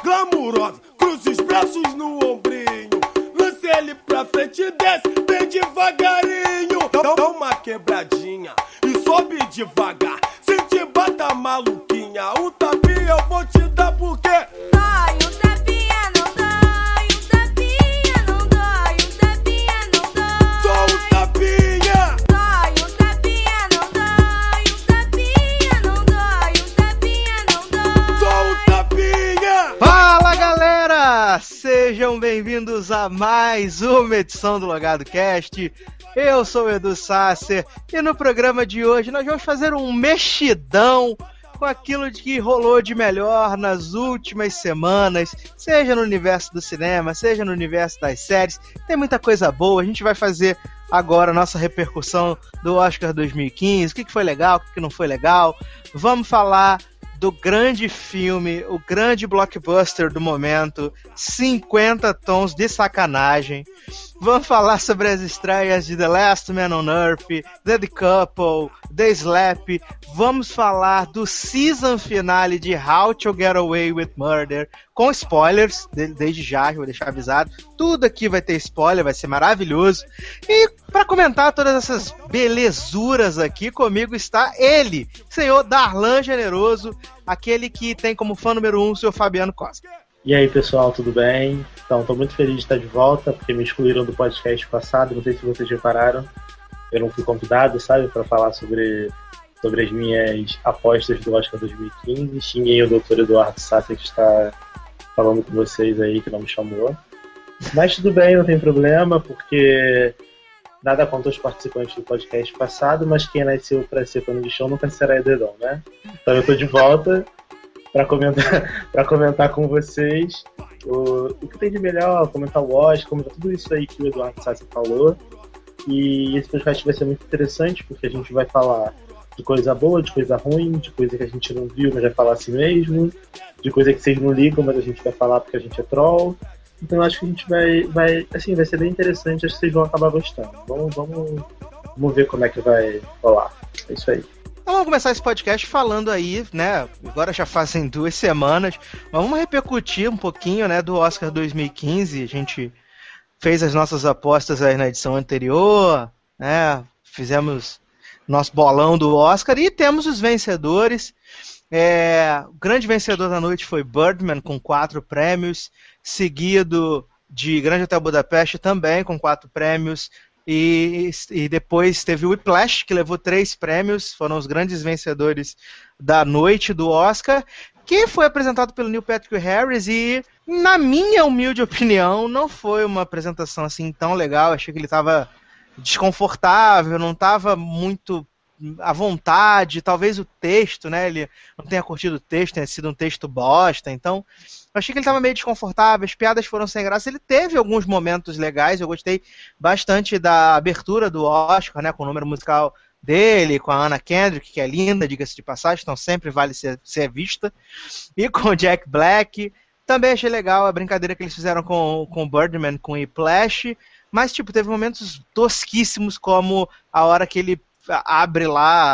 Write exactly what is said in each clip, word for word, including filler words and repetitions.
glamurosa, cruza os braços no ombrinho, lance ele pra frente e desce bem devagarinho. Dá, dá uma quebradinha e sobe devagar, se te bata maluquinha, um tapinha eu vou te dar porque dói, um tapinha não dói, um tapinha não dói, um tapinha não dói. Só um tapinha. Dói, um tapinha não dói, um tapinha não dói, um tapinha não dói. Só um tapinha. Fala galera, sejam bem-vindos a mais uma edição do Logado Cast. Eu sou o Edu Sasser e no programa de hoje nós vamos fazer um mexidão com aquilo de que rolou de melhor nas últimas semanas, seja no universo do cinema, seja no universo das séries. Tem muita coisa boa. A gente vai fazer agora a nossa repercussão do Oscar dois mil e quinze, o que foi legal, o que não foi legal. Vamos falar do grande filme, o grande blockbuster do momento, cinquenta tons de sacanagem. Vamos falar sobre as estreias de The Last Man on Earth, The Decouple, The Slap. Vamos falar do season finale de How to Get Away with Murder, com spoilers, desde já, vou deixar avisado. Tudo aqui vai ter spoiler, vai ser maravilhoso. E para comentar todas essas belezuras aqui, comigo está ele, senhor Darlan Generoso, aquele que tem como fã número um o senhor Fabiano Costa. E aí pessoal, tudo bem? Então, estou muito feliz de estar de volta, porque me excluíram do podcast passado, não sei se vocês repararam. Eu não fui convidado, sabe, para falar sobre, sobre as minhas apostas do Oscar dois mil e quinze. Xinguei o doutor Eduardo Sasser, que está falando com vocês aí, que não me chamou. Mas tudo bem, não tem problema, porque nada contra os participantes do podcast passado, mas quem nasceu para ser pano de chão nunca será edredom, né? Então eu estou de volta para comentar, para comentar com vocês o, o que tem de melhor, comentar o Oscar, comentar tudo isso aí que o Eduardo Sassi falou. E esse podcast vai ser muito interessante, porque a gente vai falar de coisa boa, de coisa ruim, de coisa que a gente não viu, mas vai falar assim mesmo, de coisa que vocês não ligam, mas a gente vai falar porque a gente é troll. Então eu acho que a gente vai, vai, assim, vai ser bem interessante, acho que vocês vão acabar gostando. Vamos, vamos, vamos ver como é que vai rolar. É isso aí. Então vamos começar esse podcast falando aí, né, agora já fazem duas semanas, mas vamos repercutir um pouquinho, né, do Oscar dois mil e quinze, a gente fez as nossas apostas aí na edição anterior, né, fizemos nosso bolão do Oscar e temos os vencedores. É, o grande vencedor da noite foi Birdman com quatro prêmios, seguido de Grande Hotel Budapeste também com quatro prêmios. E, e depois teve o Whiplash, que levou três prêmios, foram os grandes vencedores da noite do Oscar, que foi apresentado pelo Neil Patrick Harris e, na minha humilde opinião, não foi uma apresentação assim tão legal. Achei que ele estava desconfortável, não estava muito à vontade, talvez o texto, né, ele não tenha curtido o texto, tenha sido um texto bosta, então eu achei que ele estava meio desconfortável, as piadas foram sem graça. Ele teve alguns momentos legais, eu gostei bastante da abertura do Oscar, né, com o número musical dele, com a Anna Kendrick, que é linda, diga-se de passagem, então sempre vale ser, ser vista, e com o Jack Black. Também achei legal a brincadeira que eles fizeram com, com o Birdman, com o Whiplash, mas tipo, teve momentos tosquíssimos, como a hora que ele abre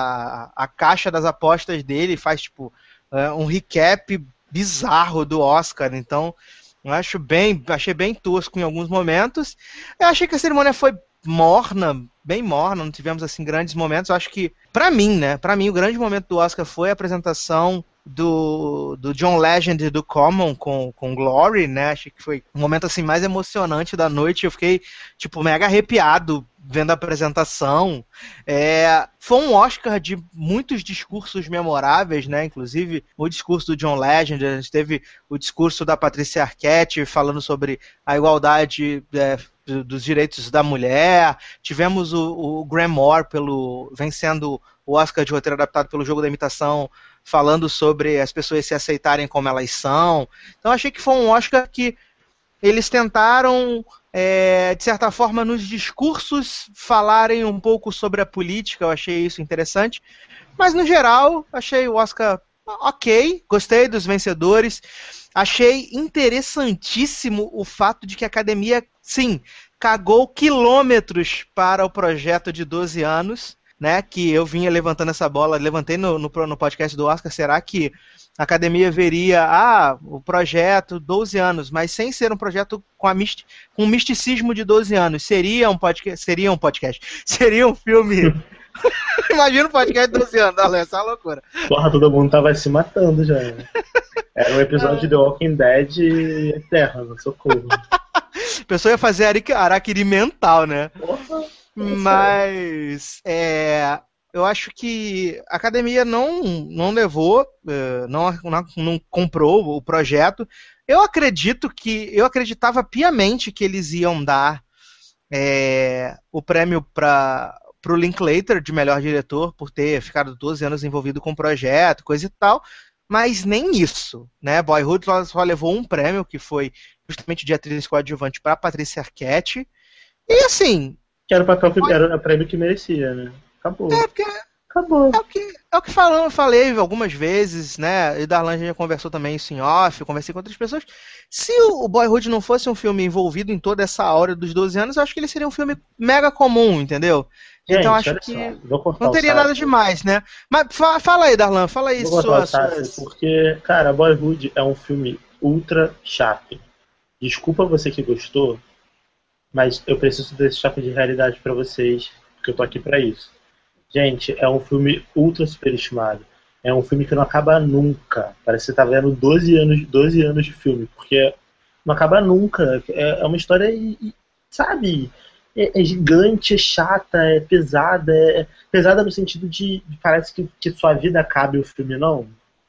lá a, a caixa das apostas dele e faz tipo uh, um recap bizarro do Oscar. Então eu acho bem, achei bem tosco em alguns momentos. Eu achei que a cerimônia foi morna, bem morna, não tivemos assim grandes momentos. Eu acho que, pra mim, né, pra mim o grande momento do Oscar foi a apresentação do, do John Legend e do Common com, com Glory, né, achei que foi o momento assim mais emocionante da noite. Eu fiquei tipo mega arrepiado vendo a apresentação. É, foi um Oscar de muitos discursos memoráveis, né? Inclusive o discurso do John Legend, a gente teve o discurso da Patrícia Arquette falando sobre a igualdade é, dos direitos da mulher. Tivemos o, o Graham Moore pelo, vencendo o Oscar de roteiro adaptado pelo Jogo da Imitação, falando sobre as pessoas se aceitarem como elas são. Então achei que foi um Oscar que eles tentaram, é, de certa forma, nos discursos falarem um pouco sobre a política. Eu achei isso interessante, mas no geral achei o Oscar ok, gostei dos vencedores. Achei interessantíssimo o fato de que a academia, sim, cagou quilômetros para o projeto de doze anos, né, que eu vinha levantando essa bola, levantei no, no, no podcast do Oscar. Será que a academia veria ah, o projeto doze anos, mas sem ser um projeto com, a misti com um misticismo de doze anos. Seria um podcast. Seria um podcast. Seria um filme. Imagina um podcast de doze anos, Darlan, essa é uma loucura. Porra, todo mundo tava se matando já. Né? Era um episódio de The Walking Dead eterno, socorro. A pessoa ia fazer araquiri mental, né? Porra, mas é, eu acho que a academia não, não levou, não, não, não comprou o projeto. Eu acredito que, eu acreditava piamente que eles iam dar é, o prêmio para o Linklater de melhor diretor por ter ficado doze anos envolvido com o projeto, coisa e tal. Mas nem isso, né? Boyhood só, só levou um prêmio, que foi justamente de atriz coadjuvante para Patrícia Arquette. E assim... Que era o papel que era o prêmio que merecia, né? Acabou. É, porque... Acabou. É o que, é o que falando, eu falei algumas vezes, né? E Darlan já conversou também isso em off, eu conversei com outras pessoas. Se o Boyhood não fosse um filme envolvido em toda essa aura dos doze anos, eu acho que ele seria um filme mega comum, entendeu? Gente, então acho que não teria nada demais, né? Mas fa fala aí, Darlan, fala aí sua, sua... Porque, cara, Boyhood é um filme ultra chato. Desculpa você que gostou, mas eu preciso desse choque de realidade pra vocês, porque eu tô aqui pra isso. Gente, é um filme ultra superestimado. É um filme que não acaba nunca. Parece que você tá vendo doze anos, doze anos de filme, porque não acaba nunca. É, é uma história, sabe, é, é gigante, é chata, é pesada. É, é pesada no sentido de, de parece que, que sua vida cabe o filme, não.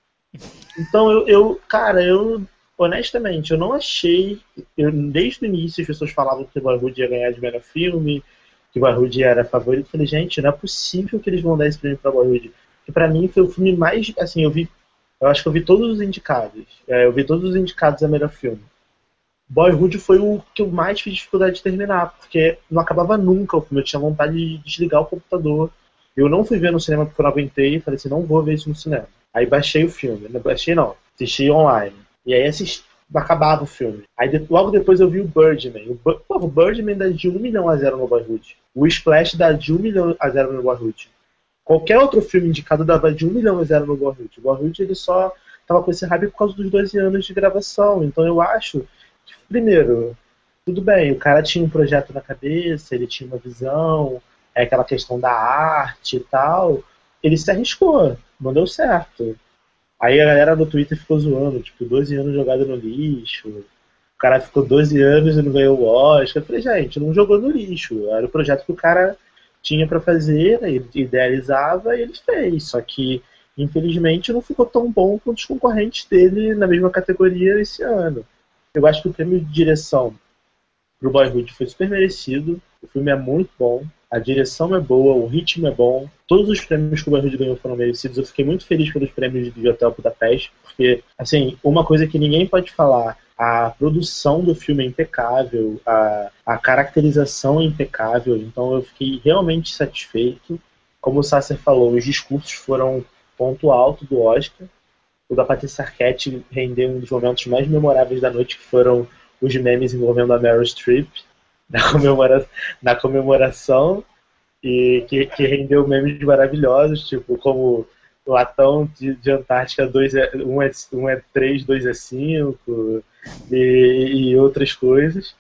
Então, eu, eu cara, eu honestamente, eu não achei... Eu, desde o início as pessoas falavam que o Boyhood ia ganhar de melhor filme, que o Boyhood era favorito. Eu falei, gente, não é possível que eles vão dar esse prêmio pra Boyhood. Que pra mim foi o filme mais, assim, eu vi, eu acho que eu vi todos os indicados. É, eu vi todos os indicados a melhor filme. Boyhood foi o que eu mais fiz dificuldade de terminar, porque não acabava nunca o filme. Eu tinha vontade de desligar o computador. Eu não fui ver no cinema porque eu não aguentei, falei assim, não vou ver isso no cinema. Aí baixei o filme, não baixei não, assisti online. E aí assisti, acabava o filme. Aí de, logo depois eu vi o Birdman. O, pô, o Birdman dá de um milhão a zero no Boyhood. O Splash dá de um milhão a zero no Boyhood. Qualquer outro filme indicado dava de um milhão a zero no Boyhood. O Boyhood ele só tava com esse hype por causa dos doze anos de gravação. Então eu acho que, primeiro, tudo bem, o cara tinha um projeto na cabeça, ele tinha uma visão, é aquela questão da arte e tal. Ele se arriscou, não deu certo. Aí a galera no Twitter ficou zoando, tipo, doze anos jogado no lixo. O cara ficou doze anos e não ganhou o Oscar. Eu falei, gente, não jogou no lixo. Era o projeto que o cara tinha pra fazer, ele idealizava e ele fez. Só que, infelizmente, não ficou tão bom quanto os concorrentes dele na mesma categoria esse ano. Eu acho que o prêmio de direção pro Boyhood foi super merecido. O filme é muito bom. A direção é boa, o ritmo é bom. Todos os prêmios que o Boyhood ganhou foram merecidos. Eu fiquei muito feliz pelos prêmios de Hotel Budapeste, porque, assim, uma coisa que ninguém pode falar, a produção do filme é impecável, a, a caracterização é impecável, então eu fiquei realmente satisfeito. Como o Sasser falou, os discursos foram ponto alto do Oscar. O da Patrícia Arquette rendeu um dos momentos mais memoráveis da noite, que foram os memes envolvendo a Meryl Streep na, comemora na comemoração, e que, que rendeu memes maravilhosos, tipo, como latão de, de Antártica, dois é, um, é, um é três, dois é cinco, e, e outras coisas.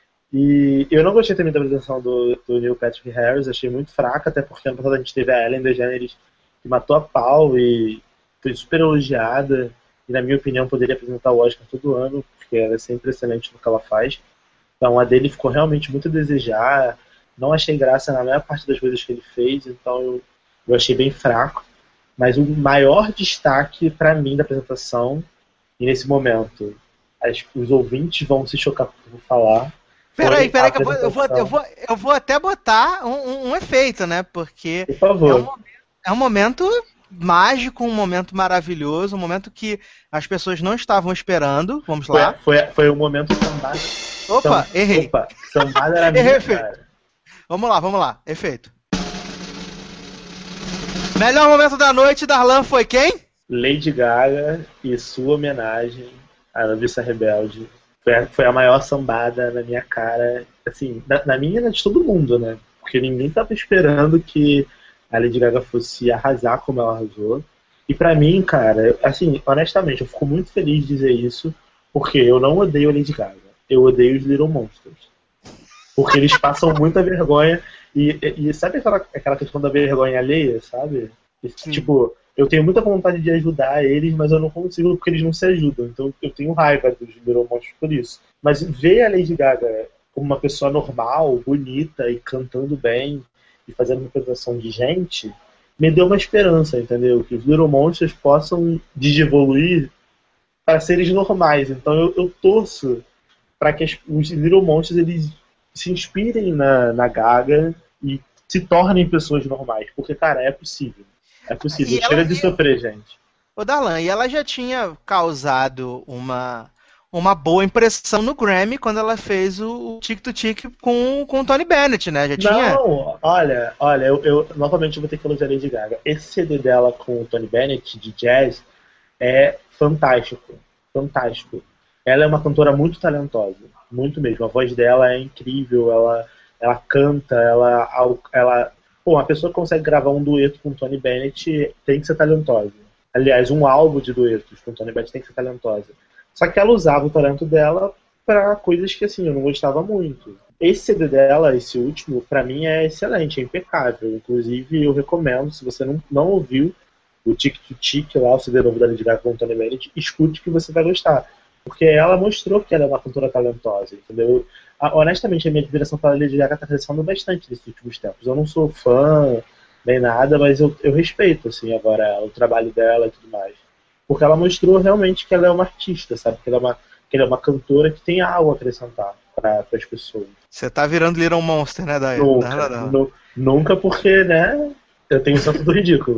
E eu não gostei também da apresentação do, do Neil Patrick Harris, achei muito fraca, até porque ano passado a gente teve a Ellen DeGeneres, que matou a pau e foi super elogiada, e na minha opinião poderia apresentar o Oscar todo ano, porque ela é sempre excelente no que ela faz. Então a dele ficou realmente muito a desejar, não achei graça na maior parte das coisas que ele fez, então eu, eu achei bem fraco. Mas o maior destaque para mim da apresentação, e nesse momento as, os ouvintes vão se chocar por falar. Peraí, peraí, que eu vou, eu, vou, eu, vou, eu vou até botar um, um, um efeito, né? Porque por favor. É, um, é um momento mágico, um momento maravilhoso, um momento que as pessoas não estavam esperando. Vamos lá. Foi, foi, foi o momento sambada. Opa, Sam, errei. Opa, sambada era minha, cara. Vamos lá, vamos lá. Efeito. Melhor momento da noite, Darlan, foi quem? Lady Gaga e sua homenagem à Noviça Rebelde. Foi a, foi a maior sambada na minha cara, assim, na, na minha e na de todo mundo, né? Porque ninguém tava esperando que a Lady Gaga fosse arrasar como ela arrasou. E pra mim, cara, assim, honestamente, eu fico muito feliz de dizer isso, porque eu não odeio a Lady Gaga. Eu odeio os Little Monsters. Porque eles passam muita vergonha. E, e, e sabe aquela, aquela questão da vergonha alheia, sabe? Sim. Tipo, eu tenho muita vontade de ajudar eles, mas eu não consigo porque eles não se ajudam. Então eu tenho raiva dos Little Monsters por isso. Mas ver a Lady Gaga como uma pessoa normal, bonita e cantando bem e fazendo uma apresentação de gente, me deu uma esperança, entendeu? Que os Little Monsters possam desevoluir para seres normais. Então eu, eu torço para que as, os Little Monsters eles se inspirem na, na Gaga e se tornem pessoas normais. Porque, cara, é possível. É possível. E Chega ela- de sofrer, gente. Ô Darlan, e ela já tinha causado uma, uma boa impressão no Grammy quando ela fez o Tic to Tic com, com o Tony Bennett, né? Já tinha. Não, olha, olha, eu, eu novamente vou ter que elogiar a Lady Gaga. Esse C D dela com o Tony Bennett, de jazz, é fantástico. Fantástico. Ela é uma cantora muito talentosa. Muito mesmo. A voz dela é incrível, ela, ela canta, ela, ela. Pô, uma pessoa que consegue gravar um dueto com o Tony Bennett tem que ser talentosa. Aliás, um álbum de duetos com o Tony Bennett tem que ser talentosa. Só que ela usava o talento dela pra coisas que, assim, eu não gostava muito. Esse C D dela, esse último, pra mim é excelente, é impecável. Inclusive, eu recomendo, se você não, não ouviu o Tic to Tic lá, o C D novo da Lady Gaga com o Tony Bennett, escute que você vai gostar. Porque ela mostrou que ela é uma cantora talentosa, entendeu? Ah, honestamente, a minha admiração pela Lady Gaga tá crescendo bastante nesses últimos tempos. Eu não sou fã nem nada, mas eu, eu respeito, assim, agora o trabalho dela e tudo mais. Porque ela mostrou realmente que ela é uma artista, sabe? Que ela é uma, que ela é uma cantora que tem algo a acrescentar para as pessoas. Você tá virando Little Monster, né, Daí? Nunca, nu- nunca porque, né, eu tenho o santo do ridículo.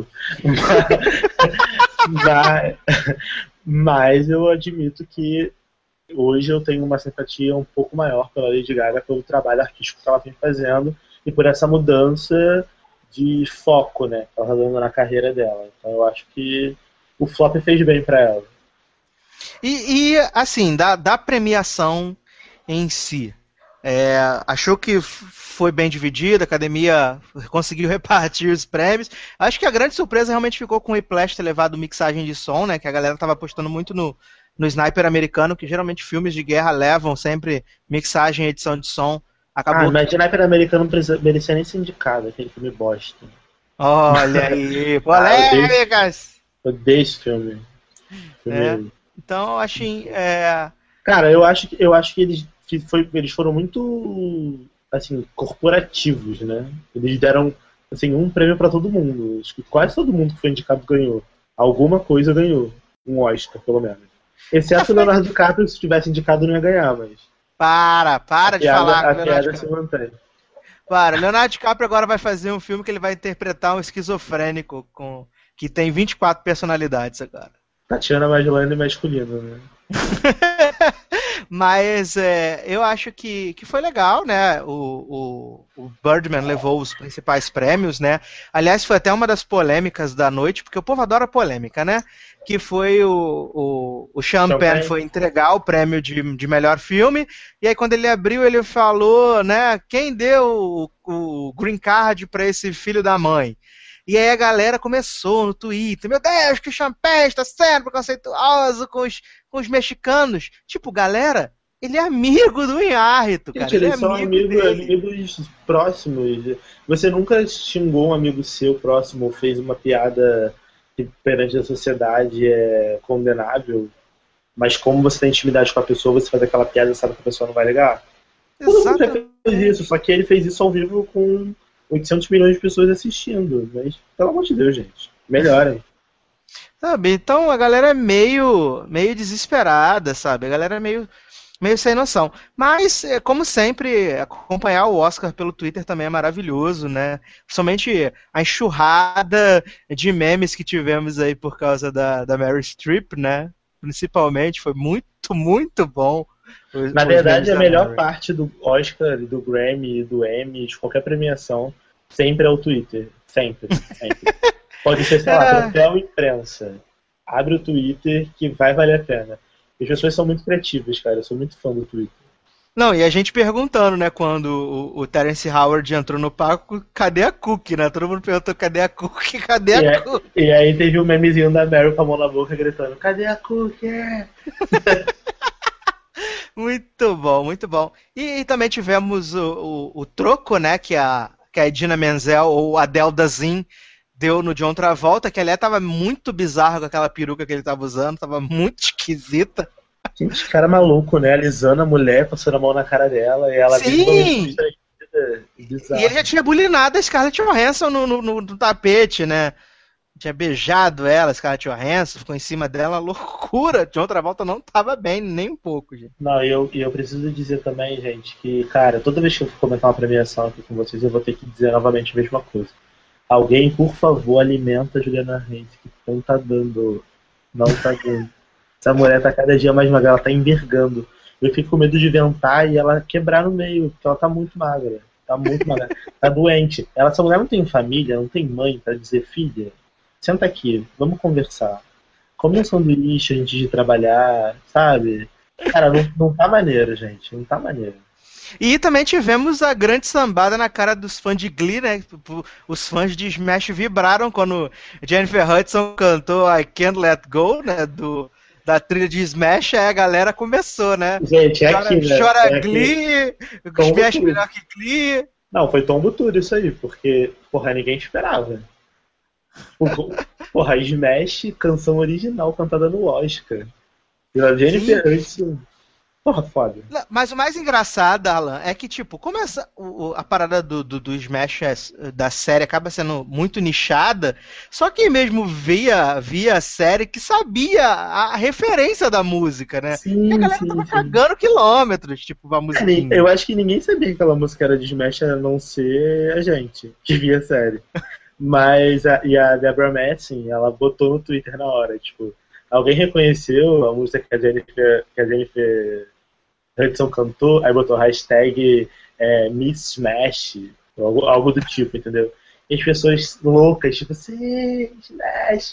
mas, mas eu admito que hoje eu tenho uma simpatia um pouco maior pela Lady Gaga, pelo trabalho artístico que ela vem fazendo e por essa mudança de foco, né, que ela tá dando na carreira dela. Então eu acho que o flop fez bem pra ela. E, e, assim, da, da premiação em si, é, achou que f- foi bem dividida, a academia conseguiu repartir os prêmios. Acho que a grande surpresa realmente ficou com o Whiplash ter levado mixagem de som, né? Que a galera tava apostando muito no, no Sniper americano, que geralmente filmes de guerra levam sempre mixagem e edição de som. Acabou. Ah, mas Sniper americano não precisa- merecia nem ser indicado, aquele filme bosta. Olha aí, Ah, polêmicas! Eu odeio esse filme. Filme- É. Então, assim, é, Cara, eu acho que, eu acho que eles, que foi, eles foram muito assim, corporativos, né? Eles deram assim, um prêmio pra todo mundo. Acho que quase todo mundo que foi indicado ganhou. Alguma coisa ganhou. Um Oscar, pelo menos. Exceto o Leonardo DiCaprio, se tivesse indicado, não ia ganhar, mas. para, para A de piada, falar. a com o Leonardo piada DiCaprio. se mantém. Para, Leonardo DiCaprio agora vai fazer um filme que ele vai interpretar um esquizofrênico com que tem vinte e quatro personalidades agora. Tatiana Maslany masculino, né? Mas é, eu acho que, que foi legal, né? O, o, o Birdman levou os principais prêmios, né? Aliás, foi até uma das polêmicas da noite, porque o povo adora polêmica, né? Que foi o, o, o Sean Sean Penn Penn. foi entregar o prêmio de, de melhor filme, e aí quando ele abriu, ele falou, né? Quem deu o, o green card pra esse filho da mãe? E aí a galera começou no Twitter, meu Deus, que o Sean Penn está sendo preconceituoso com os, com os mexicanos. Tipo, galera, ele é amigo do Inhárrito, cara. Gente, Ele é eles são amigo amigos, dele. amigos próximos. Você nunca xingou um amigo seu próximo ou fez uma piada que perante a sociedade é condenável, mas como você tem intimidade com a pessoa, você faz aquela piada e sabe que a pessoa não vai ligar? Todo mundo já Exatamente. fez isso, só que ele fez isso ao vivo com oitocentos milhões de pessoas assistindo. Mas, pelo amor de Deus, gente, melhorem. Sabe? Então a galera é meio, meio desesperada, sabe? A galera é meio, meio sem noção. Mas, é, como sempre, acompanhar o Oscar pelo Twitter também é maravilhoso, né? Principalmente a enxurrada de memes que tivemos aí por causa da, da Meryl Streep, né? Principalmente, foi muito, muito bom. Os- Na os verdade, memes a da melhor Meryl. parte do Oscar, do Grammy, do Emmy, de qualquer premiação, sempre é o Twitter. Sempre, sempre. Pode ser, sei lá, É. troféu imprensa. Abre o Twitter que vai valer a pena. As pessoas são muito criativas, cara. Eu sou muito fã do Twitter. Não, e a gente perguntando, né, quando o, o Terence Howard entrou no palco, cadê a Cookie, né? Todo mundo perguntou, cadê a Cookie, cadê a E, é- Cookie? e aí teve um memezinho da Meryl com a mão na boca gritando, cadê a Cookie? Muito bom, muito bom. E, e também tivemos o, o, o troco, né, que a, que a Idina Menzel, ou a Delda Zin, deu no John Travolta, que aliás tava muito bizarro com aquela peruca que ele tava usando, tava muito esquisita. Gente, cara maluco, né? Alisando a mulher, passando a mão na cara dela, e ela Sim! visivelmente distraída. Bizarro. E ele já tinha bulinado a Scarlett Johansson no, no, no- no tapete, né? Tinha beijado ela, a Scarlett Johansson, ficou em cima dela, loucura. John Travolta não tava bem, nem um pouco, gente. Não, e eu, e eu preciso dizer também, gente, que, cara, toda vez que eu for comentar uma premiação aqui com vocês, eu vou ter que dizer novamente a mesma coisa. Alguém, por favor, alimenta a Juliana Reis, que não tá dando. Não tá dando. Essa mulher tá cada dia mais magra, ela tá envergando. Eu fico com medo de ventar e ela quebrar no meio, porque ela tá muito magra. Tá muito magra. Tá doente. Ela, essa mulher não tem família, não tem mãe pra dizer, filha, senta aqui, vamos conversar. Come um sanduíche antes de trabalhar, sabe? Cara, não, não tá maneiro, gente. Não tá maneiro. E também tivemos a grande sambada na cara dos fãs de Glee, né? Os fãs de Smash vibraram quando Jennifer Hudson cantou I Can't Let Go, né? Do, da trilha de Smash, aí a galera começou, né? Gente, é Chora, aqui, né? chora É aqui. Glee, Tombo Smash tudo. melhor que Glee. Não, foi tombo tudo isso aí, porque, porra, ninguém esperava. O- Porra, Smash, canção original cantada no Oscar. E a Jennifer Hudson. Porra, foda. Não, mas o mais engraçado, Alan, é que, tipo, como essa, o- o- a parada do, do, do Smash é- da série acaba sendo muito nichada, só quem mesmo via, via a série que sabia a referência da música, né? Sim, E a galera sim, tava sim. cagando quilômetros, tipo, a musiquinha. Eu acho que ninguém sabia que aquela música era de Smash, a não ser a gente, que via a série. Mas, a, e a Deborah Mason, ela botou no Twitter na hora, tipo, alguém reconheceu a música que a Jennifer, que a Jennifer Hudson cantou, aí botou hashtag é, Miss Smash, algo, algo do tipo, entendeu? E as pessoas loucas, tipo, sim, Smash,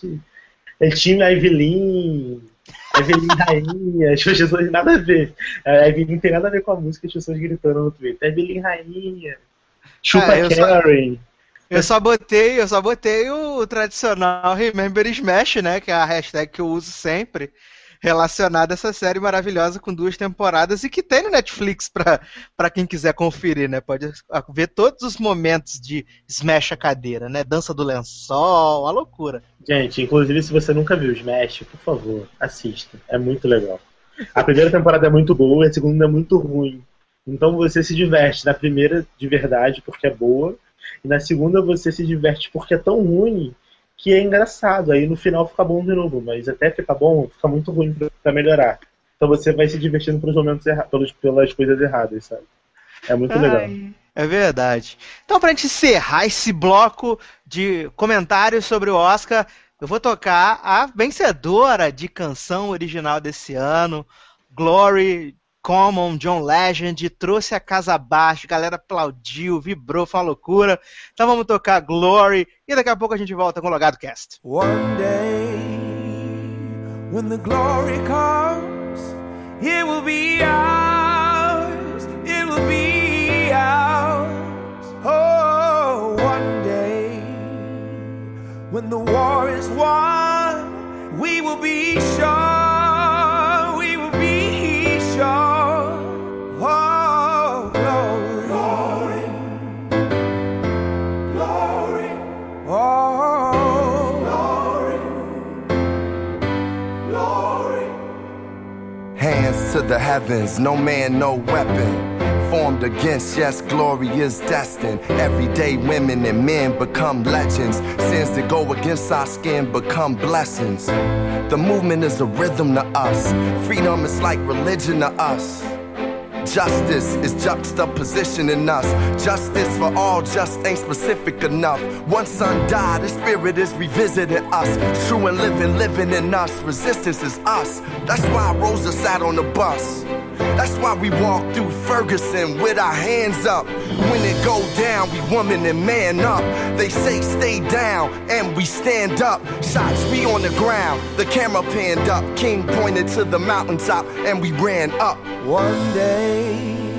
é time Evelyn, Evelyn Rainha, as pessoas nada a ver. A Evelyn tem nada a ver com a música, as pessoas gritando no Twitter, Evelyn Rainha, chupa Ah, eu só- Karen. Eu só botei, eu só botei o tradicional Remember Smash, né? Que é a hashtag que eu uso sempre, relacionada a essa série maravilhosa com duas temporadas e que tem no Netflix pra, pra quem quiser conferir, né? Pode ver todos os momentos de Smash a cadeira, né? Dança do lençol, a loucura. Gente, inclusive se você nunca viu Smash, por favor, assista. É muito legal. A primeira temporada é muito boa e a segunda é muito ruim. Então você se diverte na primeira de verdade porque é boa e na segunda você se diverte porque é tão ruim que é engraçado. Aí no final fica bom de novo, mas até ficar bom fica muito ruim pra- pra melhorar. Então você vai se divertindo pelos momentos errados, pelos, pelas coisas erradas, sabe? É muito legal. Ai, é verdade. Então, pra gente encerrar esse bloco de comentários sobre o Oscar, eu vou tocar a vencedora de canção original desse ano, Glory, Common, John Legend, trouxe a casa abaixo, a galera aplaudiu, vibrou, foi uma loucura. Então vamos tocar Glory e daqui a pouco a gente volta com o Logado Cast. One day, when the glory comes, it will be ours, it will be ours. Oh, one day, when the war is won, we will be sure, we will be sure. Oh, glory, glory, glory. Oh, glory, glory. Hands to the heavens, no man, no weapon formed against, yes, glory is destined. Everyday women and men become legends. Sins that go against our skin become blessings. The movement is a rhythm to us. Freedom is like religion to us. Justice is juxtaposition in us. Justice for all just ain't specific enough. One son died, the spirit is revisiting us. True and living, living in us. Resistance is us. That's why Rosa sat on the bus. That's why we walk through Ferguson with our hands up. When it go down, we woman and man up. They say stay down, and we stand up. Shots, we on the ground, the camera panned up. King pointed to the mountaintop, and we ran up. One day,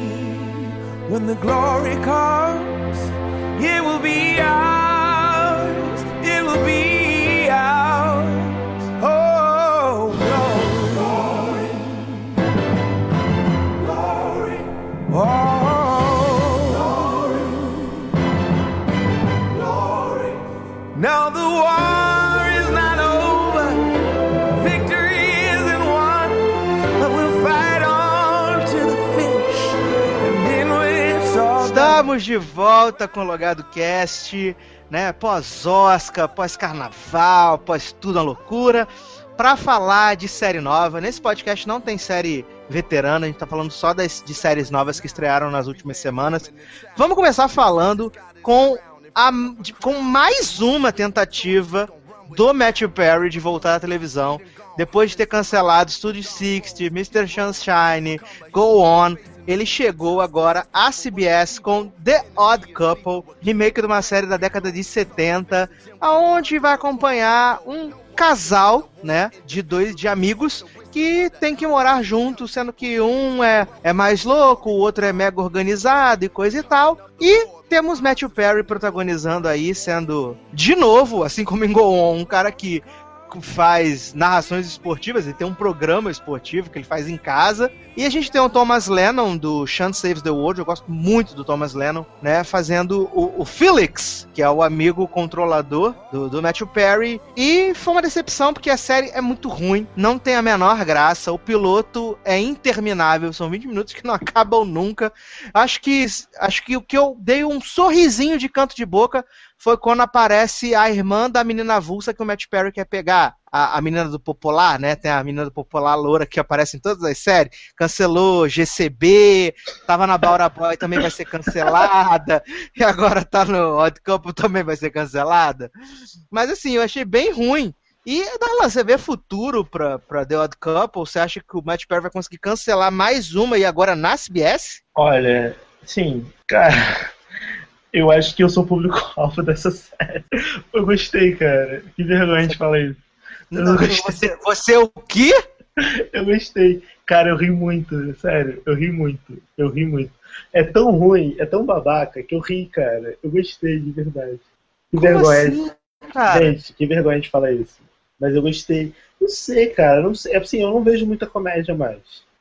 When the glory comes, it will be ours. It will be ours. Oh, glory, glory, glory. Oh, glory, glory. Now the war is not over. Victory isn't won, but we'll fight on to the finish. And then when it's all done. Estamos de volta com o Logado Cast, né? Pós-Oscar, pós-Carnaval, pós tudo a loucura, pra falar de série nova. Nesse podcast não tem série veterana, a gente tá falando só das, de séries novas que estrearam nas últimas semanas. Vamos começar falando com, a, de, com mais uma tentativa do Matthew Perry de voltar à televisão, depois de ter cancelado Studio sessenta, mister Sunshine, Go On. Ele chegou agora à C B S com The Odd Couple, remake de uma série da década de setenta, aonde vai acompanhar um casal, né, de dois de amigos que tem que morar juntos, sendo que um é, é mais louco, o outro é mega organizado e coisa e tal. E temos Matthew Perry protagonizando aí, sendo, de novo, assim como em Go On, um cara que faz narrações esportivas, ele tem um programa esportivo que ele faz em casa, e a gente tem o Thomas Lennon do Sean Saves the World. Eu gosto muito do Thomas Lennon, né, fazendo o, o Felix, que é o amigo controlador do, do Matthew Perry, e foi uma decepção porque a série é muito ruim, não tem a menor graça, o piloto é interminável, são vinte minutos que não acabam nunca. Acho que, acho que o que eu dei um sorrisinho de canto de boca foi quando aparece a irmã da menina avulsa que o Matthew Perry quer pegar. A, a menina do Popular, né? Tem a menina do Popular loura que aparece em todas as séries. Cancelou G C B, tava na Baura Boy, também vai ser cancelada. E agora tá no Odd Couple, também vai ser cancelada. Mas assim, eu achei bem ruim. E, Darlan, você vê futuro pra, pra The Odd Couple? Você acha que o Matthew Perry vai conseguir cancelar mais uma e agora na C B S? Olha, sim, cara... Eu acho que eu sou o público-alvo dessa série. Eu gostei, cara. Que vergonha de falar isso. Eu Não, gostei. você, você o quê? Eu gostei. Cara, eu ri muito. Sério, eu ri muito. Eu ri muito. É tão ruim, é tão babaca que eu ri, cara. Eu gostei, de verdade. Que Como vergonha. assim, cara? Gente, que vergonha de falar isso. Mas eu gostei. Não sei, cara. Não sei. Assim, eu não vejo muita comédia mais.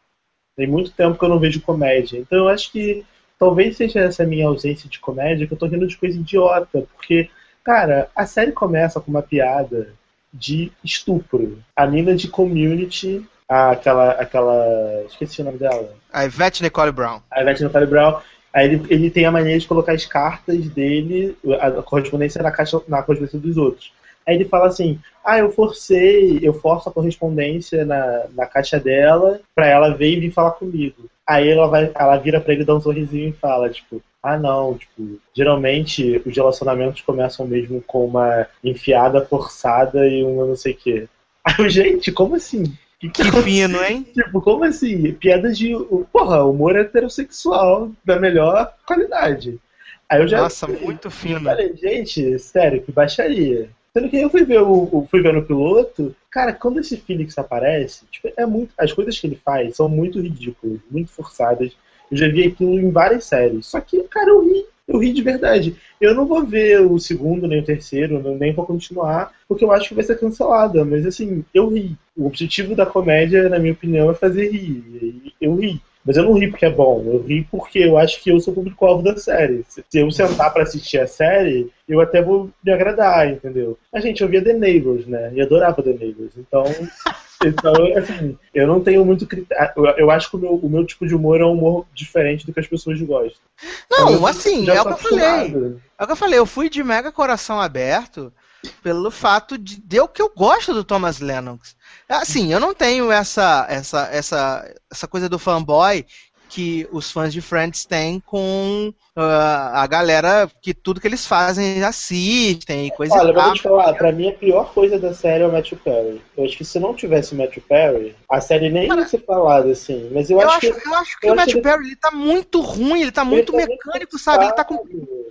Tem muito tempo que eu não vejo comédia. Então eu acho que talvez seja essa minha ausência de comédia que eu tô rindo de coisa idiota, porque, cara, a série começa com uma piada de estupro. A mina de Community, a, aquela, aquela... esqueci o nome dela. A Yvette Nicole Brown. A Yvette Nicole Brown. Aí ele, ele tem a mania de colocar as cartas dele, a correspondência na, caixa, na correspondência dos outros. Aí ele fala assim, ah, eu forcei, eu forço a correspondência na, na caixa dela pra ela ver e vir falar comigo. Aí ela, vai, ela vira pra ele, dá um sorrisinho e fala, tipo, ah não, tipo, geralmente os relacionamentos começam mesmo com uma enfiada forçada e uma não sei o quê. Aí eu, gente, como assim? Que, que fino, hein? Tipo, como assim? Piadas de, porra, humor heterossexual da melhor qualidade. Aí eu já... Nossa, muito fino. Falei, gente, sério, que baixaria. Sendo que eu fui ver, o, fui ver no piloto, cara, quando esse Felix aparece, tipo, é muito, as coisas que ele faz são muito ridículas, muito forçadas. Eu já vi aquilo em várias séries. Só que, cara, eu ri, eu ri de verdade. Eu não vou ver o segundo, nem o terceiro, nem vou continuar, porque eu acho que vai ser cancelada. Mas, assim, eu ri. O objetivo da comédia, na minha opinião, é fazer rir. E eu ri. Mas eu não ri porque é bom, eu ri porque eu acho que eu sou o público-alvo da série. Se eu sentar pra assistir a série, eu até vou me agradar, entendeu? A gente, eu via The Neighbors, né? E adorava The Neighbors. Então, então assim, eu não tenho muito critério. Eu, eu acho que o meu, o meu tipo de humor é um humor diferente do que as pessoas gostam. Não, então, assim, é o que eu falei. É o que eu falei, eu fui de mega coração aberto pelo fato de, de eu que eu gosto do Thomas Lennox. Assim, eu não tenho essa, essa, essa, essa coisa do fanboy que os fãs de Friends têm com uh, a galera que tudo que eles fazem assistem e coisa Olha, e tal. eu vou te falar, pra mim a pior coisa da série é o Matthew Perry. Eu acho que se não tivesse o Matthew Perry, a série nem ia ser falada assim. Mas eu, Eu acho, acho, que. eu acho que eu o acho Matthew ele- Perry ele tá muito ruim, ele tá muito tá muito mecânico, sabe? Ele tá com.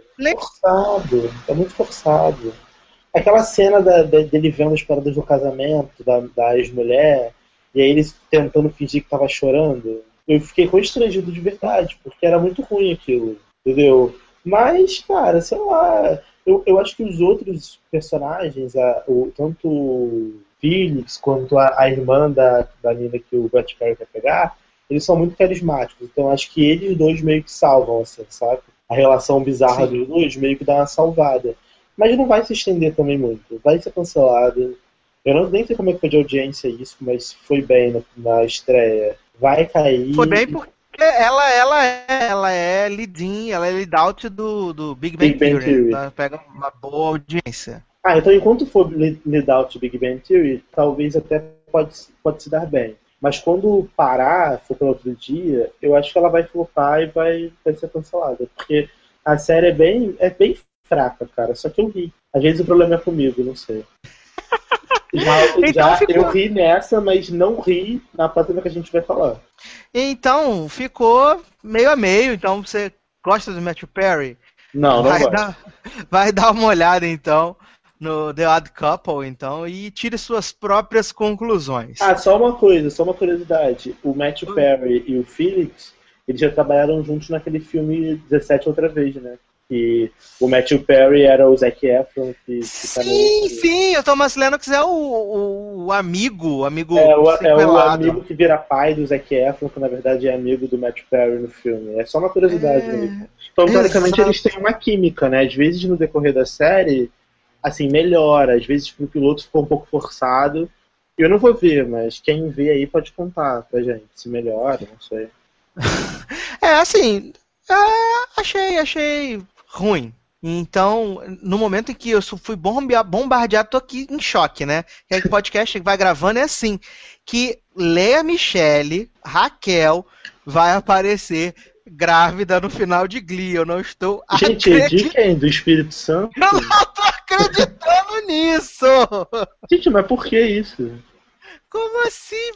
Forçado, tá muito forçado. Aquela cena da, da- dele vendo as paradas do casamento, da, da ex-mulher, e aí eles tentando fingir que tava chorando. eu fiquei constrangido de verdade, porque era muito ruim aquilo, entendeu? Mas, cara, sei lá, eu, eu acho que os outros personagens, a, o, tanto o Felix quanto a, a irmã da, da menina que o Brett Perry quer pegar, eles são muito carismáticos. Então acho que eles dois meio que salvam, assim, sabe? A relação bizarra Sim. dos dois meio que dá uma salvada. Mas não vai se estender também muito. Vai ser cancelado. Eu não nem sei como é que foi de audiência isso, mas foi bem na, na estreia. Vai cair. Foi bem porque ela, ela, é, ela é lead-in, ela é lead-out do, do Big Bang, Big Bang Theory. Theory. Ela pega uma boa audiência. Ah, então enquanto for lead out de Big Bang Theory, talvez até pode, pode se dar bem. Mas quando parar, for para outro dia, eu acho que ela vai flopar e vai, vai ser cancelada. Porque a série é bem, é bem fraca, cara. Só que eu ri. Às vezes o problema é comigo, não sei. Já, Então já ficou- eu ri nessa, mas não ri na próxima que a gente vai falar. Então, ficou meio a meio. Então, você gosta do Matthew Perry? Não, não vai, gosto. dar, vai dar uma olhada, então, no The Odd Couple, então, e tire suas próprias conclusões. Ah, só uma coisa, só uma curiosidade. O Matthew Perry e o Felix, eles já trabalharam juntos naquele filme dezessete outra vez, né? Que o Matthew Perry era o Zac Efron. Que, que sim, também... sim, o Thomas Lennox é o, o, o amigo, o amigo É o, é o sequelado. amigo que vira pai do Zac Efron, que na verdade é amigo do Matthew Perry no filme. É só uma curiosidade. É, mesmo. Então, teoricamente, exato. eles têm uma química, né? Às vezes, no decorrer da série, assim, melhora. Às vezes, tipo, o piloto ficou um pouco forçado. Eu não vou ver, mas quem vê aí pode contar pra gente. Se melhora, não sei. É, assim, é, achei, achei ruim. Então, no momento em que eu su- fui bombea- bombardeado, tô aqui em choque, né? Que o podcast que vai gravando é assim, que Lea Michele, Raquel, vai aparecer grávida no final de Glee. Eu não estou Gente, é de acreditando. quem? Do Espírito Santo? Eu não tô acreditando nisso! Gente, mas por que isso? Como assim,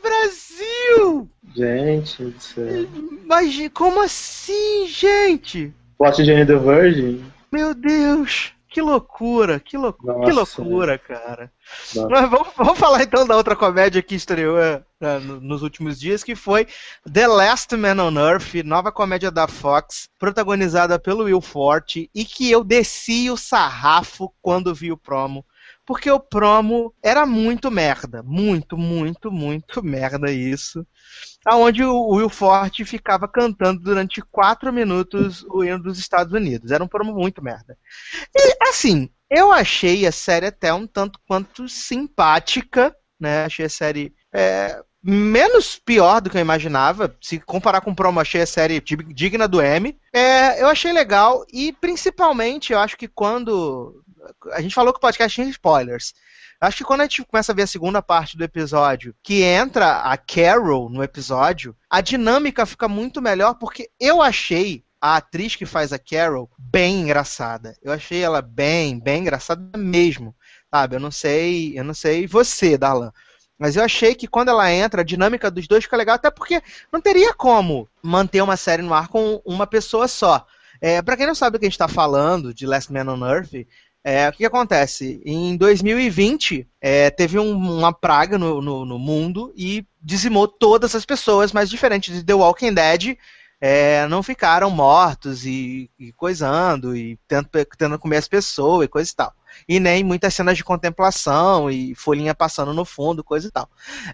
Brasil? Gente do céu. Mas como assim, gente? Plot de Jane the Virgin? Meu Deus, que loucura, que, lou Nossa. que loucura, cara. Nossa. Mas vamos, vamos falar então da outra comédia que estreou eh, no- nos últimos dias, que foi The Last Man on Earth, nova comédia da Fox, protagonizada pelo Will Forte, e que eu desci o sarrafo quando vi o promo. Porque o promo era muito merda. Muito, muito, muito merda isso. Aonde o Will Forte ficava cantando durante quatro minutos o hino dos Estados Unidos. Era um promo muito merda. E, assim, eu achei a série até um tanto quanto simpática, né? Achei a série é, menos pior do que eu imaginava. Se comparar com o promo, achei a série dig- digna do M. É, eu achei legal e, principalmente, eu acho que quando... A gente falou que o podcast tinha spoilers. Acho que quando a gente começa a ver a segunda parte do episódio, que entra a Carol no episódio, a dinâmica fica muito melhor, porque eu achei a atriz que faz a Carol bem engraçada. Eu achei ela bem, bem engraçada mesmo. Sabe? Eu não sei, eu não sei você, Darlan. Mas eu achei que quando ela entra, a dinâmica dos dois fica legal, até porque não teria como manter uma série no ar com uma pessoa só. É, pra quem não sabe do que a gente tá falando, de Last Man on Earth, é, o que, que acontece? Em dois mil e vinte, é, teve um- uma praga no, no- no mundo e dizimou todas as pessoas, mas diferente de The Walking Dead, é, não ficaram mortos e, e coisando, e tentando, tentando comer as pessoas e coisa e tal. E nem muitas cenas de contemplação e folhinha passando no fundo, coisa e tal.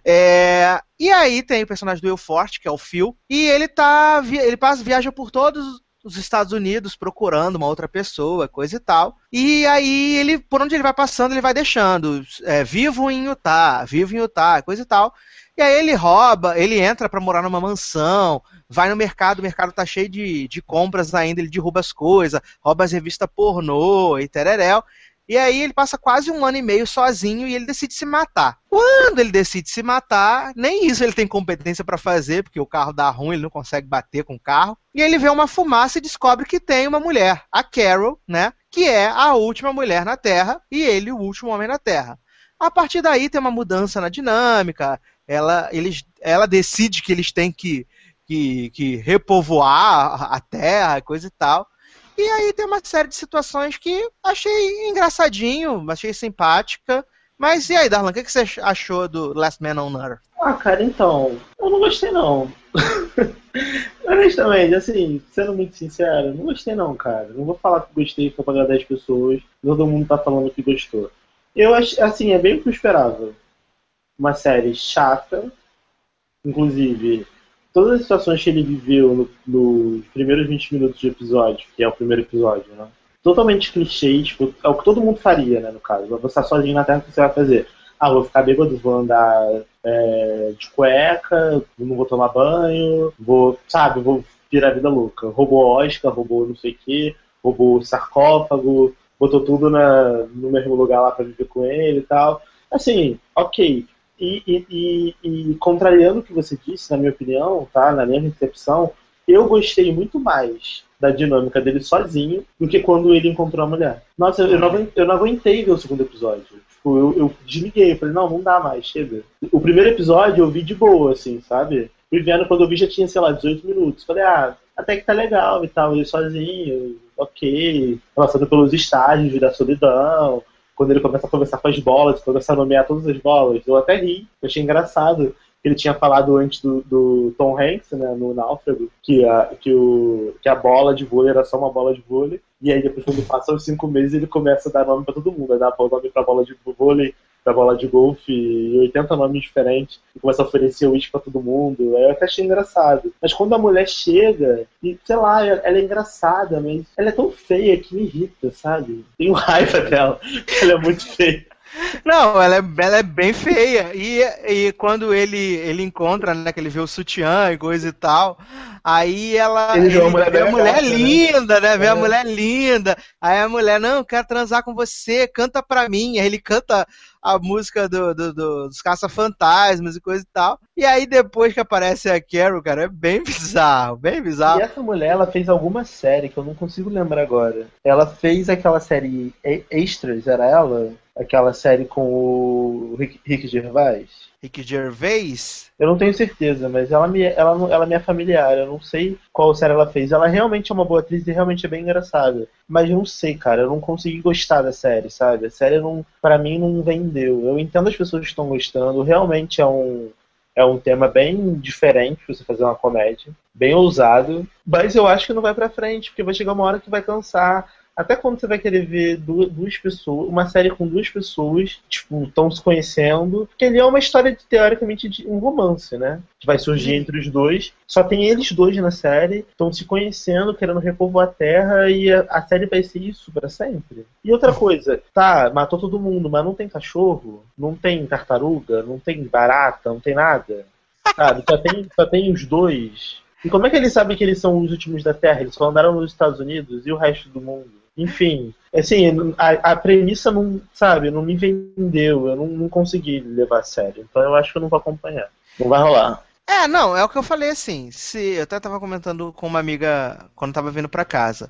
É, e aí tem o personagem do Will Forte, que é o Phil, e ele tá vi- ele passa, viaja por todos os Estados Unidos procurando uma outra pessoa, coisa e tal. E aí ele, por onde ele vai passando, ele vai deixando é, vivo em Utah, vivo em Utah, coisa e tal. E aí ele rouba, ele entra pra morar numa mansão, vai no mercado, o mercado tá cheio de, de compras ainda, ele derruba as coisas, rouba as revistas pornô e tereréu. E aí ele passa quase um ano e meio sozinho e ele decide se matar. Quando ele decide se matar, nem isso ele tem competência pra fazer, porque o carro dá ruim, ele não consegue bater com o carro. E ele vê uma fumaça e descobre que tem uma mulher, a Carol, né? Que é a última mulher na Terra e ele o último homem na Terra. A partir daí tem uma mudança na dinâmica, ela, eles, ela decide que eles têm que, que, que repovoar a Terra, coisa e tal. E aí tem uma série de situações que achei engraçadinho, achei simpática. Mas e aí, Darlan, o que que você achou do Last Man on Earth? Ah, cara, então, eu não gostei não. Honestamente, assim, sendo muito sincero, não gostei não, cara. Não vou falar que gostei só pra agradar as pessoas. Todo mundo tá falando que gostou. Eu acho, assim, é bem o que eu esperava. Uma série chata, inclusive, todas as situações que ele viveu no- nos primeiros vinte minutos de episódio, que é o primeiro episódio, né? Totalmente clichê, tipo, é o que todo mundo faria, né, no caso. Você estar sozinho na Terra, o que você vai fazer? Ah, vou ficar bêbado, vou andar é, de cueca, não vou tomar banho, vou, sabe, vou virar a vida louca. Roubou Oscar, roubou não sei o quê, roubou sarcófago, botou tudo na, no mesmo lugar lá pra viver com ele e tal. Assim, ok. E, e, e, e contrariando o que você disse, na minha opinião, tá, na minha concepção, eu gostei muito mais da dinâmica dele sozinho do que quando ele encontrou a mulher. Nossa, eu não, aguentei- eu não aguentei ver o segundo episódio. Tipo, eu, eu desliguei, eu falei, não, não dá mais, chega. O primeiro episódio eu vi de boa, assim, sabe? Fui vendo, quando eu vi já tinha, sei lá, dezoito minutos. Falei, ah, até que tá legal e tal, ele sozinho, ok. Passando pelos estágios da solidão. Quando ele começa a conversar com as bolas, começa a nomear todas as bolas, eu até ri, eu achei engraçado. Ele tinha falado antes do, do Tom Hanks, né, no Náufrago, que a, que, o, que a bola de vôlei era só uma bola de vôlei, e aí depois, quando passam os cinco meses, ele começa a dar nome pra todo mundo, a dar nome pra bola de vôlei, pra bola de golfe, e oitenta nomes diferentes, e começa a oferecer uísque pra todo mundo. Aí eu até achei engraçado. Mas quando a mulher chega, e sei lá, ela é engraçada, mas ela é tão feia que me irrita, sabe? Tenho raiva dela, ela é muito feia. Não, ela é, ela é bem feia. E, e quando ele, ele encontra, né, que ele vê o sutiã e coisa e tal, aí ela Ele vê uma ele mulher vê a bem mulher gata, né? linda, né? Vê É. a mulher linda. Aí a mulher, não, eu quero transar com você, canta pra mim. Aí ele canta a música do, do- do- dos Caça-Fantasmas e coisa e tal. E aí depois que aparece a Carol, cara, é bem bizarro, bem E bizarro. essa mulher, ela fez alguma série que eu não consigo lembrar agora. Ela fez aquela série E- Extras, era ela? Aquela série com o Rick, Rick Gervais? Rick Gervais? Eu não tenho certeza, mas ela me, ela, não- ela me é familiar. Eu não sei qual série ela fez. Ela realmente é uma boa atriz e realmente é bem engraçada. Mas eu não sei, cara. Eu não consegui gostar da série, sabe? A série, não, pra mim, não vendeu. Eu entendo as pessoas que estão gostando. Realmente é um, é um tema bem diferente pra você fazer uma comédia. Bem ousado. Mas eu acho que não vai pra frente, porque vai chegar uma hora que vai cansar. Até quando você vai querer ver du- duas pessoas, uma série com duas pessoas, tipo, estão se conhecendo, porque ali é uma história de, teoricamente, de um romance, né? Que vai surgir Sim. entre os dois. Só tem eles dois na série, estão se conhecendo, querendo repovoar a Terra, e a, a série vai ser isso pra sempre. E outra coisa, tá, matou todo mundo, mas não tem cachorro, não tem tartaruga, não tem barata, não tem nada. Sabe? Só tem, só tem os dois. E como é que eles sabem que eles são os últimos da Terra? Eles só andaram nos Estados Unidos e o resto do mundo. Enfim, assim, a, a premissa não, sabe, não me vendeu, eu não, não consegui levar a sério. Então eu acho que eu não vou acompanhar. Não vai rolar. É, não, é o que eu falei assim. Se, eu até tava comentando com uma amiga quando tava vindo pra casa.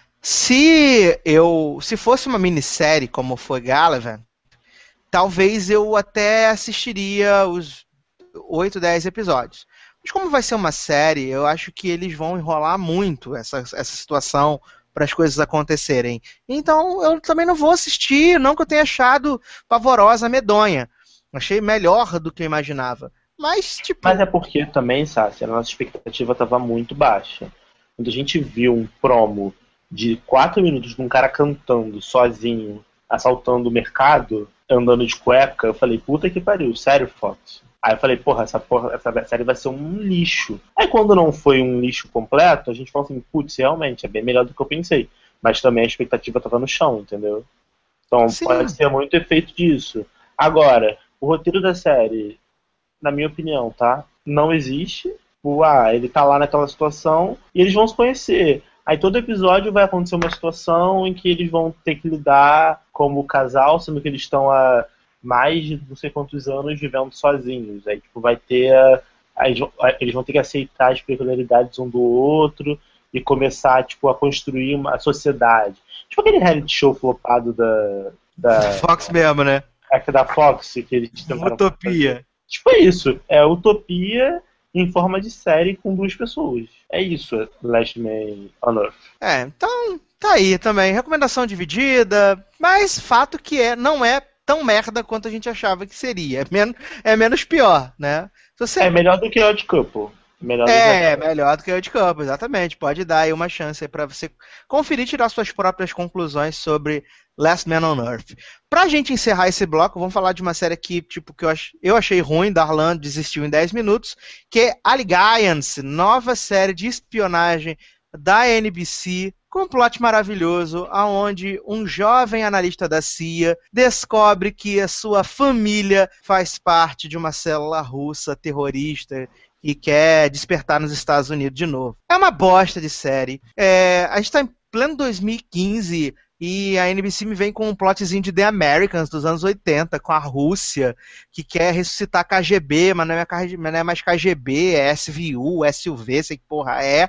Se eu. Se fosse uma minissérie como foi Galavan, talvez eu até assistiria os oito, dez episódios. Mas como vai ser uma série, eu acho que eles vão enrolar muito essa, essa situação para as coisas acontecerem. Então eu também não vou assistir, não que eu tenha achado pavorosa, medonha. Achei melhor do que eu imaginava. Mas, tipo. Mas é porque também, Sácia, a nossa expectativa estava muito baixa. Quando a gente viu um promo de quatro minutos de um cara cantando sozinho, assaltando o mercado, andando de cueca, eu falei, puta que pariu, sério, Fox? Aí eu falei, porra, essa, porra, essa série vai ser um lixo. Aí quando não foi um lixo completo, a gente falou assim, putz, realmente, é bem melhor do que eu pensei. Mas também a expectativa estava no chão, entendeu? Então Sim. pode ser muito efeito disso. Agora, o roteiro da série, na minha opinião, tá? Não existe. O, ah, ele tá lá naquela situação e eles vão se conhecer. Aí todo episódio vai acontecer uma situação em que eles vão ter que lidar como casal, sendo que eles estão há mais de não sei quantos anos vivendo sozinhos. Aí tipo, vai ter. A, a, eles vão ter que aceitar as peculiaridades um do outro e começar tipo, a construir uma sociedade. Tipo aquele reality show flopado da. da Fox mesmo, né? é, da Fox, que eles tentaram Utopia. fazer. Tipo, é isso. É utopia em forma de série com duas pessoas. É isso, Last Man on Earth. É, então tá aí também. Recomendação dividida, mas fato que é, não é tão merda quanto a gente achava que seria. É menos, é menos pior, né? Se você... É melhor do que o Odd Couple. Melhor É, do que... melhor do que o de campo, exatamente. Pode dar aí uma chance aí pra você conferir e tirar suas próprias conclusões sobre Last Man on Earth. Pra gente encerrar esse bloco, vamos falar de uma série aqui, tipo, que eu, ach... eu achei ruim, Darlan desistiu em dez minutos, que é Alliance, nova série de espionagem da N B C, com um plot maravilhoso, onde um jovem analista da C I A descobre que a sua família faz parte de uma célula russa terrorista e quer despertar nos Estados Unidos de novo. É uma bosta de série. É, a gente tá em pleno dois mil e quinze e a N B C me vem com um plotzinho de The Americans dos anos oitenta, com a Rússia, que quer ressuscitar K G B, mas não é, K G B, não é mais K G B, é S V U, S U V, sei que porra é.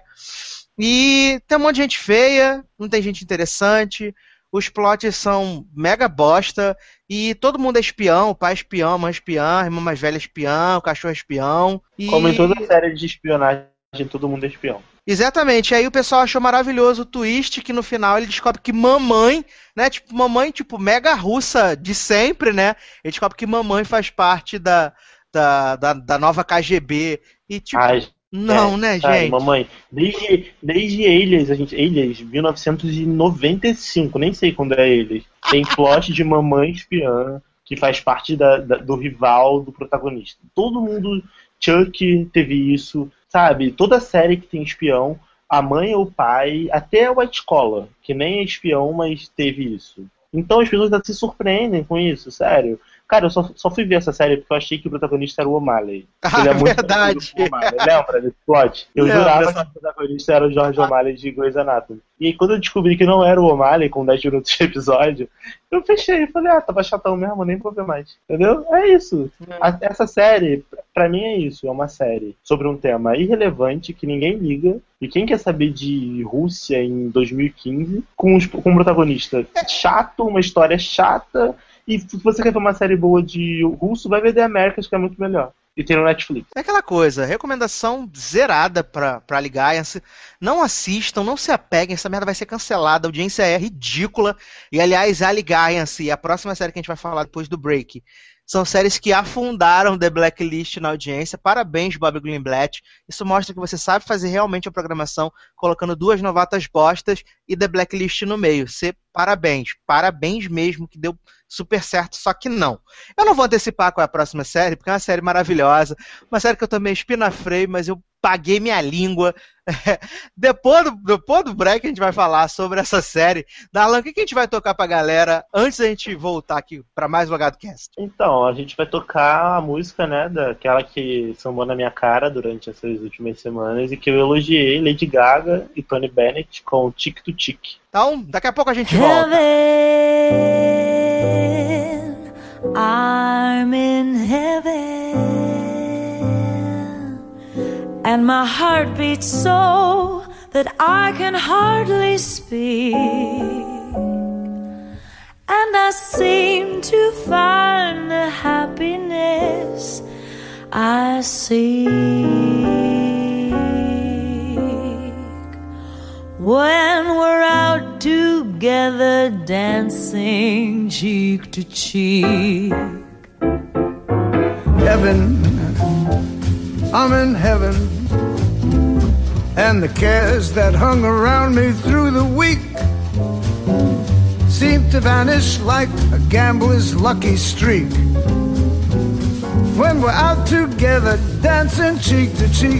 E tem um monte de gente feia, não tem gente interessante, os plots são mega bosta, e todo mundo é espião, o pai é espião, a mãe é espião, a irmã mais velha é espião, o cachorro é espião. E... Como em toda série de espionagem, todo mundo é espião. Exatamente, aí o pessoal achou maravilhoso o twist, que no final ele descobre que mamãe, né, tipo, mamãe, tipo, mega russa de sempre, né, ele descobre que mamãe faz parte da, da, da, da nova K G B, e tipo... Ai. Não, é, né, sabe, gente? Mamãe, desde, desde Alias, a gente, Alias, mil novecentos e noventa e cinco, nem sei quando é Alias, tem plot de mamãe espiã, que faz parte da, da, do rival do protagonista. Todo mundo, Chuck teve isso, sabe? Toda série que tem espião, a mãe ou o pai, até a White Collar, que nem é espião, mas teve isso. Então as pessoas se surpreendem com isso, sério. Cara, eu só, só fui ver essa série porque eu achei que o protagonista era o O'Malley. Ah, ele é muito verdade. Lembra desse plot? Eu Lembra. jurava que o protagonista era o George O'Malley de Grey's Anatomy. E aí, quando eu descobri que não era o O'Malley, com dez minutos de episódio, eu fechei. Falei, ah, tava chatão mesmo, nem vou ver mais. Entendeu? É isso. É. A, essa série, pra mim é isso. É uma série sobre um tema irrelevante que ninguém liga. E quem quer saber de Rússia em dois mil e quinze, com, os, com um protagonista chato, uma história chata... E se você quer ver uma série boa de russo, vai ver The Americans, que é muito melhor. E tem no Netflix. É aquela coisa, recomendação zerada pra, pra Alliance. Não assistam, não se apeguem, essa merda vai ser cancelada, a audiência é ridícula. E aliás, a Alliance e a próxima série que a gente vai falar depois do break são séries que afundaram The Blacklist na audiência. Parabéns, Bob Greenblatt. Isso mostra que você sabe fazer realmente a programação, colocando duas novatas bostas e The Blacklist no meio. Você, parabéns, parabéns mesmo, que deu super certo, só que não. Eu não vou antecipar qual é a próxima série, porque é uma série maravilhosa, uma série que eu também espinafrei, mas eu paguei minha língua. Depois, do, depois do break a gente vai falar sobre essa série. Darlan, o que a gente vai tocar pra galera antes da gente voltar aqui pra mais Logado Cast? Então, a gente vai tocar a música, né, daquela que sambou na minha cara durante essas últimas semanas e que eu elogiei, Lady Gaga e Tony Bennett com Tic to Tic. Então, daqui a pouco a gente volta. Heaven, I'm in heaven, and my heart beats so that I can hardly speak, and I seem to find the happiness I seek when we're out together dancing cheek to cheek. Heaven, I'm in heaven, and the cares that hung around me through the week seem to vanish like a gambler's lucky streak when we're out together dancing cheek to cheek.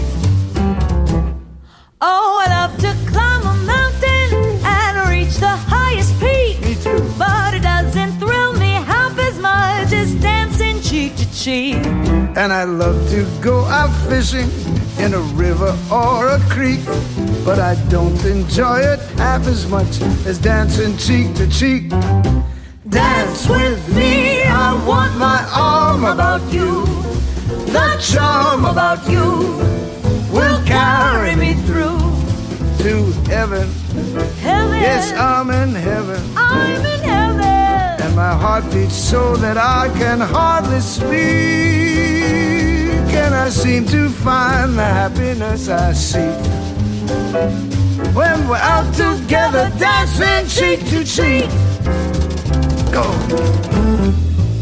Oh, I love to climb a mountain and reach the highest peak. Me too. But it doesn't thrill me half as much as dancing cheek to cheek. And I love to go out fishing in a river or a creek, but I don't enjoy it half as much as dancing cheek to cheek. Dance with me, I want my arm about you. The charm about you will carry me through to heaven. Heaven, Yes, I'm in heaven, I'm in heaven. and my heart beats so that I can hardly speak, and I seem to find the happiness I seek when we're out together dancing cheek to cheek. Go.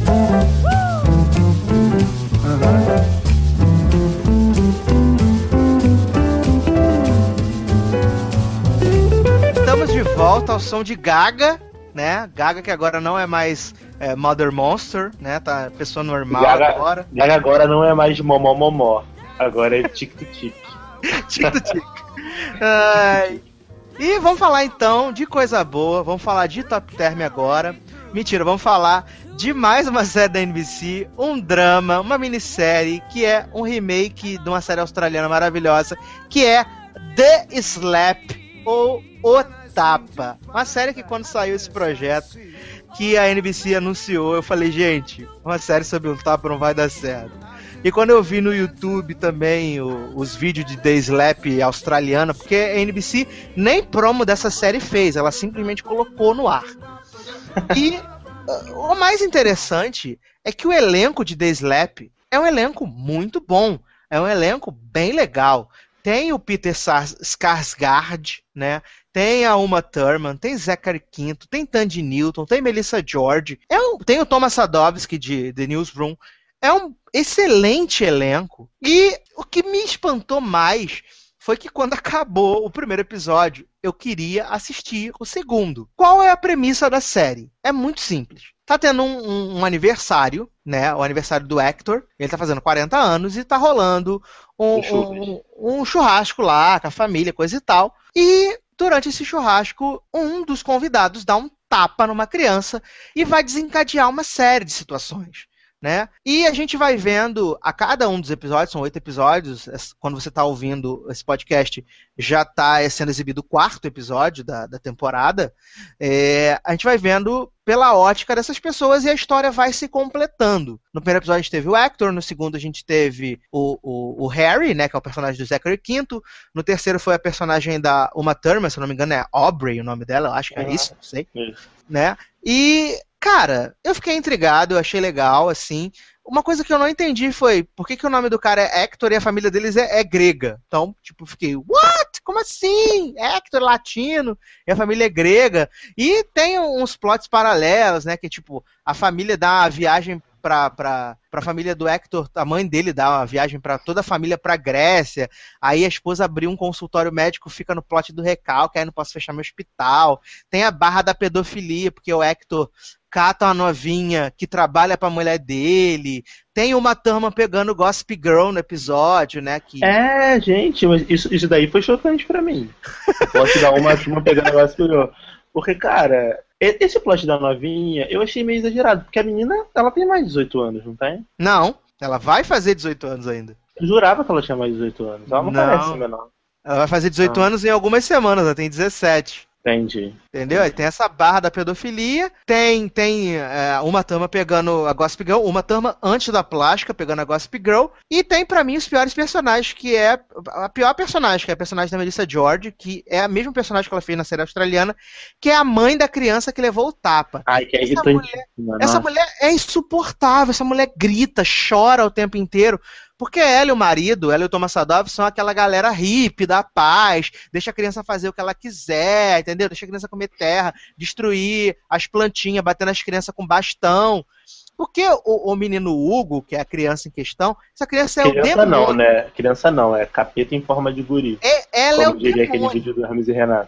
Estamos de volta ao som de Gaga, né? Gaga que agora não é mais é, Mother Monster, né? Tá pessoa normal Gaga, agora. Gaga agora não é mais momó momó, agora é tic-tic. Tic-tic. Ai. E vamos falar então de coisa boa, vamos falar de Top Term agora. Mentira, vamos falar de mais uma série da N B C, um drama, uma minissérie, que é um remake de uma série australiana maravilhosa, que é The Slap, ou O Tapa. Uma série que quando saiu esse projeto, que a N B C anunciou, eu falei, gente, uma série sobre um tapa não vai dar certo. E quando eu vi no YouTube também o, os vídeos de The Slap australiana, porque a N B C nem promo dessa série fez, ela simplesmente colocou no ar. E uh, o mais interessante é que o elenco de The Slap é um elenco muito bom, é um elenco bem legal. Tem o Peter Skarsgård, né? Tem a Uma Thurman, tem Zachary Quinto, tem Tandy Newton, tem Melissa George, é um, tem o Thomas Sadowski de The Newsroom. É um excelente elenco. E o que me espantou mais foi que quando acabou o primeiro episódio, eu queria assistir o segundo. Qual é a premissa da série? É muito simples. Tá tendo um, um, um aniversário, né? O aniversário do Hector. Ele tá fazendo quarenta anos e tá rolando um, um, um churrasco lá com a família, coisa e tal. E durante esse churrasco, um dos convidados dá um tapa numa criança e vai desencadear uma série de situações. Né? E a gente vai vendo a cada um dos episódios, são oito episódios, quando você está ouvindo esse podcast, já está sendo exibido o quarto episódio da, da temporada, é, a gente vai vendo pela ótica dessas pessoas e a história vai se completando. No primeiro episódio a gente teve o Hector, no segundo a gente teve o, o, o Harry, né, que é o personagem do Zachary Quinto, no terceiro foi a personagem da Uma Thurman, se não me engano é Aubrey o nome dela, eu acho que é isso, não sei, né, e... Cara, eu fiquei intrigado, eu achei legal, assim. Uma coisa que eu não entendi foi por que, que o nome do cara é Hector e a família deles é, é grega. Então, tipo, fiquei, what? Como assim? Hector latino e a família é grega. E tem uns plots paralelos, né? Que, tipo, a família dá uma viagem pra, pra, pra família do Hector, a mãe dele dá uma viagem pra toda a família pra Grécia. Aí a esposa abriu um consultório médico, fica no plot do recalque, aí não posso fechar meu hospital. Tem a barra da pedofilia, porque o Hector cata uma novinha que trabalha pra mulher dele. Tem uma Thurman pegando Gossip Girl no episódio, né? Que... É, gente, mas isso, isso daí foi chocante pra mim. Posso dar uma Thurman pegando Gossip Girl. Porque, cara, esse plot da novinha, eu achei meio exagerado. Porque a menina, ela tem mais de dezoito anos, não tem? Não, ela vai fazer dezoito anos ainda. Eu jurava que ela tinha mais de dezoito anos. Ela não, não. parece menor. Ela vai fazer dezoito não. anos em algumas semanas, ela tem dezessete. Entendi. Entendeu? Aí tem essa barra da pedofilia, tem, tem é, Uma Thurman pegando a Gossip Girl, Uma Thurman antes da plástica pegando a Gossip Girl, e tem pra mim os piores personagens, que é a pior personagem, que é a personagem da Melissa George, que é a mesma personagem que ela fez na série australiana, que é a mãe da criança que levou o tapa. Ai, que é essa irritante. Mulher, essa mulher é insuportável, essa mulher grita, chora o tempo inteiro. Porque ela e o marido, ela e o Thomas Sadowski são aquela galera hippie da paz, deixa a criança fazer o que ela quiser, entendeu? Deixa a criança comer terra, destruir as plantinhas, bater nas crianças com bastão. Porque o, o menino Hugo, que é a criança em questão, essa criança é criança o demônio. Não, né? Criança não, é capeta em forma de guri. É, ela como é o diria demônio. Aquele vídeo do Hermes e Renato.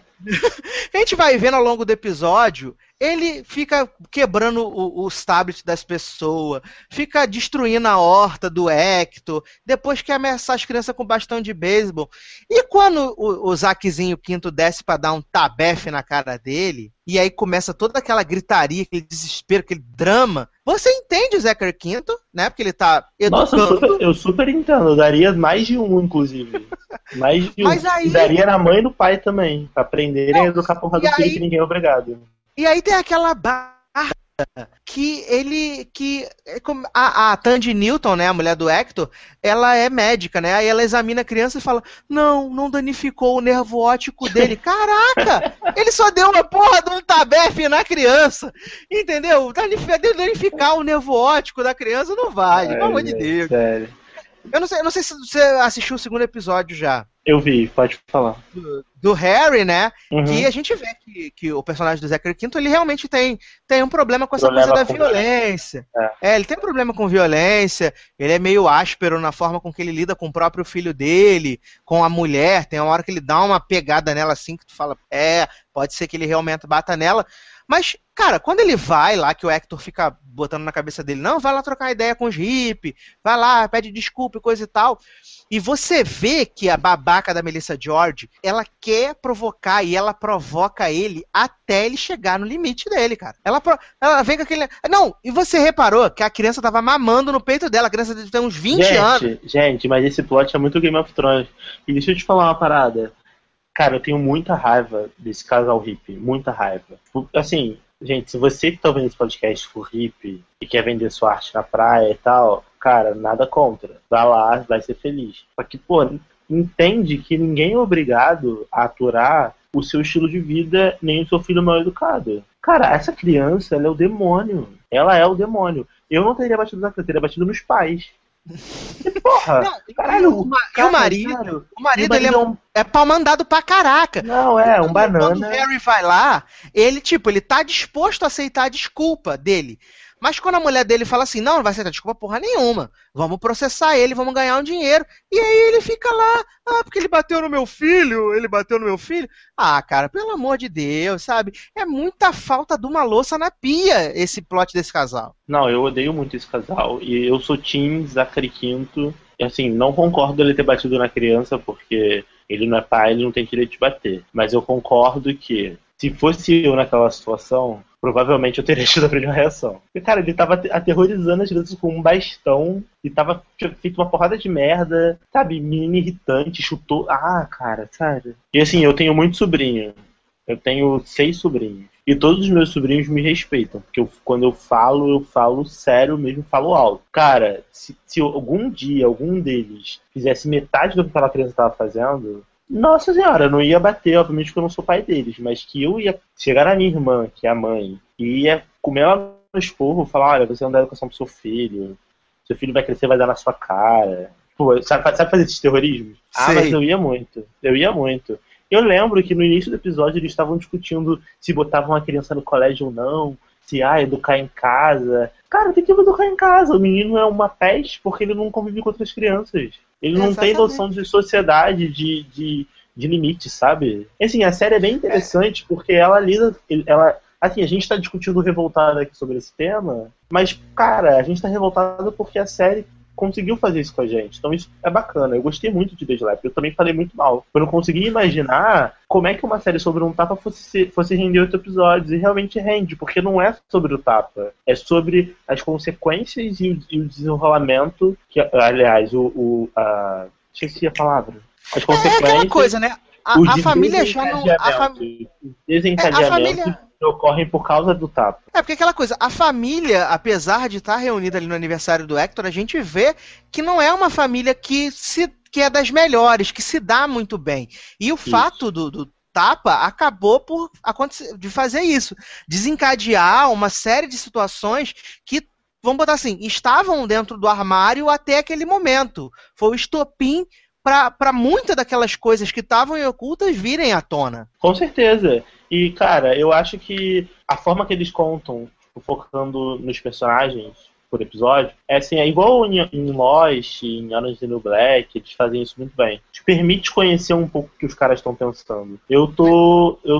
A gente vai vendo ao longo do episódio, ele fica quebrando o, os tablets das pessoas, fica destruindo a horta do Hector, depois quer ameaçar as crianças com bastão de beisebol. E quando o, o Zaquezinho Quinto desce pra dar um tabefe na cara dele, e aí começa toda aquela gritaria, aquele desespero, aquele drama, você entende o Zachary Quinto, né? Porque ele tá educando. Nossa, eu super, eu super entendo, eu daria mais de um, inclusive. Mais de um. Mas aí... E daria na mãe e no pai também, pra aprenderem a educar a porra do filho que ninguém é obrigado. E aí tem aquela barra que ele, que a, a Tandy Newton, né, a mulher do Hector, ela é médica, né, aí ela examina a criança e fala, não, não danificou o nervo óptico dele. Caraca, ele só deu uma porra de um tabefe na criança, entendeu? Danificar o nervo óptico da criança não vale, pelo amor de Deus. Sério. Eu não sei, eu não sei se você assistiu o segundo episódio já. Eu vi, pode falar. Do, do Harry, né? Uhum. Que a gente vê que, que o personagem do Zachary Quinto, ele realmente tem, tem um problema com essa Problema coisa da com violência. É. É, ele tem um problema com violência, ele é meio áspero na forma com que ele lida com o próprio filho dele, com a mulher, tem uma hora que ele dá uma pegada nela assim, que tu fala, é, pode ser que ele realmente bata nela. Mas, cara, quando ele vai lá, que o Hector fica botando na cabeça dele, não, vai lá trocar ideia com os hippies, vai lá, pede desculpa e coisa e tal. E você vê que a babaca da Melissa George, ela quer provocar e ela provoca ele até ele chegar no limite dele, cara. Ela, ela vem com aquele... Não, e você reparou que a criança tava mamando no peito dela, a criança tem uns vinte gente, anos. Gente, mas esse plot é muito Game of Thrones. E deixa eu te falar uma parada. Cara, eu tenho muita raiva desse casal hippie, muita raiva. Assim, gente, se você que tá ouvindo esse podcast for hippie e quer vender sua arte na praia e tal, cara, nada contra. Vai lá, vai ser feliz. Só que, pô, entende que ninguém é obrigado a aturar o seu estilo de vida, nem o seu filho mal educado. Cara, essa criança, ela é o demônio. Ela é o demônio. Eu não teria batido na criança, eu teria batido nos pais. Que porra! Não, caralho, o, ma- cara, e o marido, sério, o marido, o ele é, marido é um- é pau mandado pra caraca. Não, é, um Quando o banana. Harry vai lá, ele, tipo, ele tá disposto a aceitar a desculpa dele. Mas quando a mulher dele fala assim, não, não vai aceitar desculpa porra nenhuma, vamos processar ele, vamos ganhar um dinheiro. E aí ele fica lá, ah, porque ele bateu no meu filho, ele bateu no meu filho. Ah, cara, pelo amor de Deus, sabe? É muita falta de uma louça na pia esse plot desse casal. Não, eu odeio muito esse casal. E eu sou Team Zachary Quinto. E assim, não concordo ele ter batido na criança, porque ele não é pai, ele não tem direito de bater. Mas eu concordo que, se fosse eu naquela situação, provavelmente eu teria tido a mesma reação. Porque, cara, ele tava aterrorizando as crianças com um bastão e tava tinha feito uma porrada de merda, sabe? Menino irritante, chutou. Ah, cara, sério. E assim, eu tenho muito sobrinho. Eu tenho seis sobrinhos. E todos os meus sobrinhos me respeitam. Porque eu, quando eu falo, eu falo sério mesmo, falo alto. Cara, se, se algum dia algum deles fizesse metade do que aquela criança estava fazendo, nossa senhora, eu não ia bater, obviamente que eu não sou pai deles, mas que eu ia chegar na minha irmã, que é a mãe, e ia comer ela no esporro, falar, olha, você não dá educação pro seu filho, seu filho vai crescer, vai dar na sua cara. Pô, sabe, sabe fazer esses terrorismos? Ah, Sei. mas eu ia muito, eu ia muito. Eu lembro que no início do episódio eles estavam discutindo se botavam a criança no colégio ou não, se, ah, educar em casa. Cara, tem que educar em casa. O menino é uma peste porque ele não convive com outras crianças. Ele não tem Exatamente. noção de sociedade, de, de, de limite, sabe? Assim, a série é bem interessante porque ela lida... Ela, assim, a gente tá discutindo revoltado aqui sobre esse tema, mas, cara, a gente tá revoltado porque a série conseguiu fazer isso com a gente. Então isso é bacana. Eu gostei muito de The Slap. Eu também falei muito mal. Eu não consegui imaginar como é que uma série sobre um tapa fosse, fosse render oito episódios. E realmente rende, porque não é sobre o tapa. É sobre as consequências e o, e o desenrolamento. Que, aliás, o... o a... esqueci a palavra. As É consequências... aquela coisa, né? A, o a família já não... A fam... desencadeamento É, a família- que ocorrem por causa do tapa. É, porque aquela coisa, a família, apesar de estar reunida ali no aniversário do Hector, a gente vê que não é uma família que, se, que é das melhores, que se dá muito bem. E o fato do, do tapa acabou por acontecer, de fazer isso, desencadear uma série de situações que, vamos botar assim, estavam dentro do armário até aquele momento. Foi o estopim para muitas daquelas coisas que estavam ocultas virem à tona. Com certeza. E, cara, eu acho que a forma que eles contam, tipo, focando nos personagens por episódio, é assim, é igual em, em Lost, em Orange is the New Black, eles fazem isso muito bem. Te permite conhecer um pouco o que os caras estão pensando. Eu tô, eu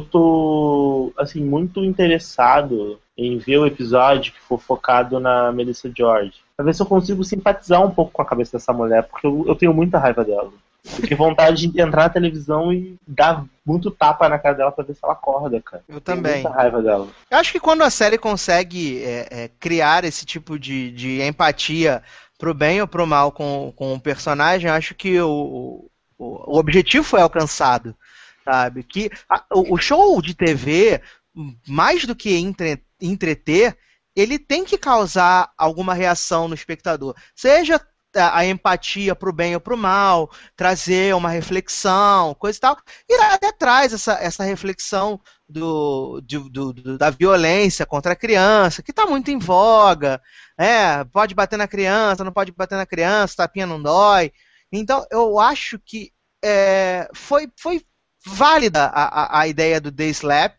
tô, assim, muito interessado em ver o episódio que for focado na Melissa George. Pra ver se eu consigo simpatizar um pouco com a cabeça dessa mulher, porque eu, eu tenho muita raiva dela. Eu tenho vontade de entrar na televisão e dar muito tapa na cara dela pra ver se ela acorda, cara. Eu Tenho também. muita raiva dela. Eu acho que quando a série consegue é, é, criar esse tipo de, de empatia pro bem ou pro mal com, com o personagem, eu acho que o, o, o objetivo foi alcançado, sabe? Que a- o, o show de T V, mais do que entre- entreter, ele tem que causar alguma reação no espectador. Seja a, a empatia pro bem ou pro mal, trazer uma reflexão, coisa e tal, e até traz essa, essa reflexão do, do, do, do- da violência contra a criança, que está muito em voga, é, pode bater na criança, não pode bater na criança, tapinha não dói. Então, eu acho que é, foi, foi válida a, a, a ideia do The Slap.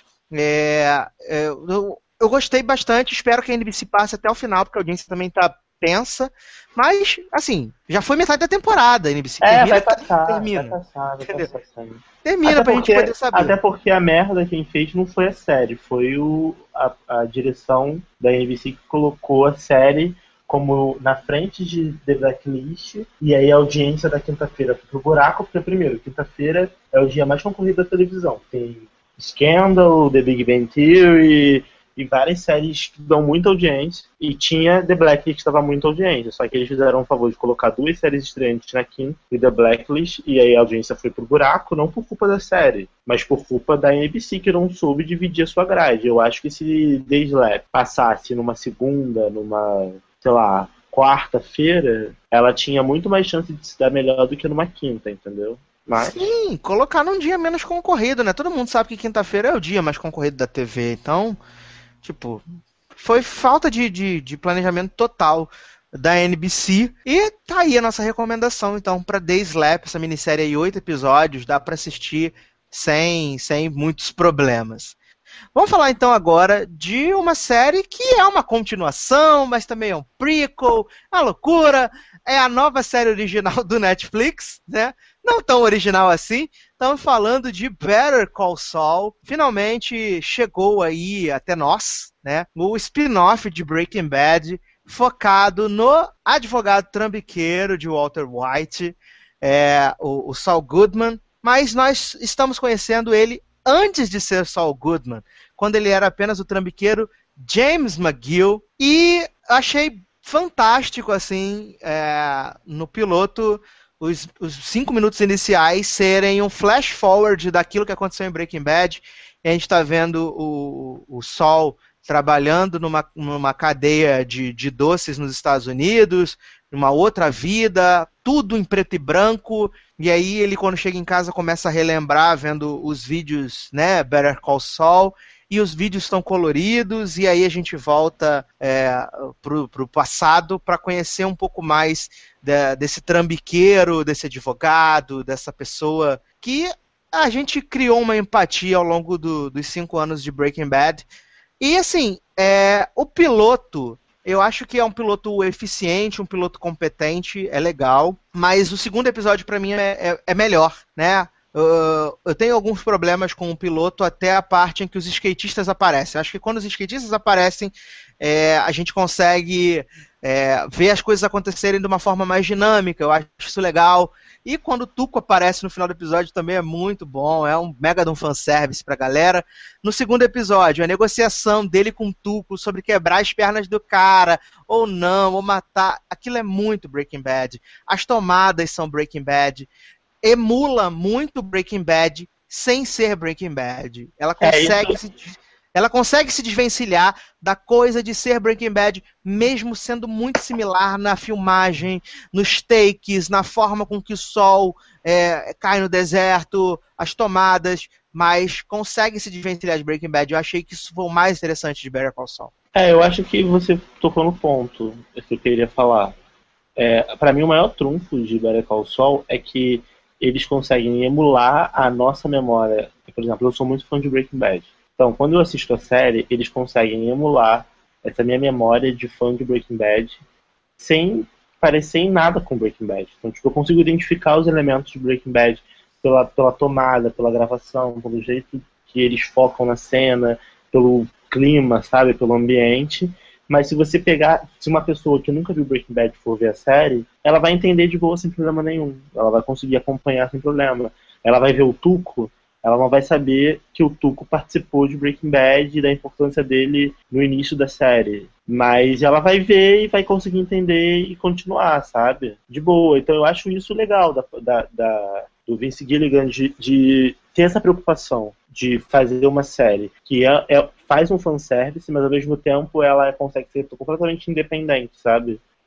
É, é, eu, eu gostei bastante, espero que a N B C passe até o final, porque a audiência também tá tensa. Mas, assim, já foi metade da temporada, a N B C. É, termina, vai passar, termina. vai passar, vai Entendeu? passar sim. Termina Até pra porque, gente poder saber. até porque a merda quem fez não foi a série, foi o, a, a direção da N B C que colocou a série como na frente de The Blacklist, e aí a audiência da quinta-feira foi pro buraco, porque primeiro, quinta-feira é o dia mais concorrido da televisão. Tem Scandal, The Big Bang Theory e várias séries que dão muita audiência, e tinha The Blacklist que dava muita audiência, só que eles fizeram o favor de colocar duas séries estreantes na quinta e The Blacklist, e aí a audiência foi pro buraco, não por culpa da série, mas por culpa da N B C, que não soube dividir a sua grade. Eu acho que se The Slap passasse numa segunda, numa, sei lá, quarta-feira, ela tinha muito mais chance de se dar melhor do que numa quinta, entendeu? Mas... Sim, colocar num dia menos concorrido, né? Todo mundo sabe que quinta-feira é o dia mais concorrido da T V, então, tipo, foi falta de, de, de planejamento total da N B C. E tá aí a nossa recomendação, então, pra The Slap, essa minissérie aí, oito episódios, dá pra assistir sem, sem muitos problemas. Vamos falar então agora de uma série que é uma continuação, mas também é um prequel, é uma loucura, é a nova série original do Netflix, né? Não tão original assim. Estamos falando de Better Call Saul. Finalmente chegou aí até nós, né? O spin-off de Breaking Bad, focado no advogado trambiqueiro de Walter White, é, o, o Saul Goodman, mas nós estamos conhecendo ele antes de ser Saul Goodman, quando ele era apenas o trambiqueiro James McGill, e achei fantástico, assim, é, no piloto, os, os cinco minutos iniciais serem um flash forward daquilo que aconteceu em Breaking Bad, e a gente está vendo o, o Saul trabalhando numa, numa cadeia de, de doces nos Estados Unidos, numa outra vida, tudo em preto e branco, e aí ele, quando chega em casa, começa a relembrar, vendo os vídeos, né, Better Call Saul, e os vídeos estão coloridos, e aí a gente volta é, pro, pro passado para conhecer um pouco mais de, desse trambiqueiro, desse advogado, dessa pessoa que a gente criou uma empatia ao longo do, dos cinco anos de Breaking Bad. E assim, é, o piloto, eu acho que é um piloto eficiente, um piloto competente, é legal, mas o segundo episódio pra mim é, é, é melhor, né? Uh, eu tenho alguns problemas com o piloto até a parte em que os skatistas aparecem. Eu acho que quando os skatistas aparecem, é, a gente consegue é, ver as coisas acontecerem de uma forma mais dinâmica. Eu acho isso legal. E quando o Tuco aparece no final do episódio também é muito bom. É um mega de um fanservice pra galera. No segundo episódio, a negociação dele com o Tuco sobre quebrar as pernas do cara, ou não, ou matar. Aquilo é muito Breaking Bad. As tomadas são Breaking Bad. Emula muito Breaking Bad sem ser Breaking Bad. Ela consegue, É se, ela consegue se desvencilhar da coisa de ser Breaking Bad, mesmo sendo muito similar na filmagem, nos takes, na forma com que o sol é, cai no deserto, as tomadas, mas consegue se desvencilhar de Breaking Bad. Eu achei que isso foi o mais interessante de Better Call Saul. É, eu acho que você tocou no ponto que eu queria falar. É, pra mim, o maior trunfo de Better Call Saul é que eles conseguem emular a nossa memória. Por exemplo, eu sou muito fã de Breaking Bad. Então, quando eu assisto a série, eles conseguem emular essa minha memória de fã de Breaking Bad sem parecer em nada com Breaking Bad. Então, tipo, eu consigo identificar os elementos de Breaking Bad pela, pela tomada, pela gravação, pelo jeito que eles focam na cena, pelo clima, sabe, pelo ambiente. Mas se você pegar, se uma pessoa que nunca viu Breaking Bad for ver a série, ela vai entender de boa sem problema nenhum. Ela vai conseguir acompanhar sem problema. Ela vai ver o Tuco, ela não vai saber que o Tuco participou de Breaking Bad e da importância dele no início da série. Mas ela vai ver e vai conseguir entender e continuar, sabe? De boa. Então eu acho isso legal da, da, da, do Vince Gilligan de, de ter essa preocupação de fazer uma série que é, é, faz um fanservice, mas ao mesmo tempo ela consegue ser completamente independente, sabe?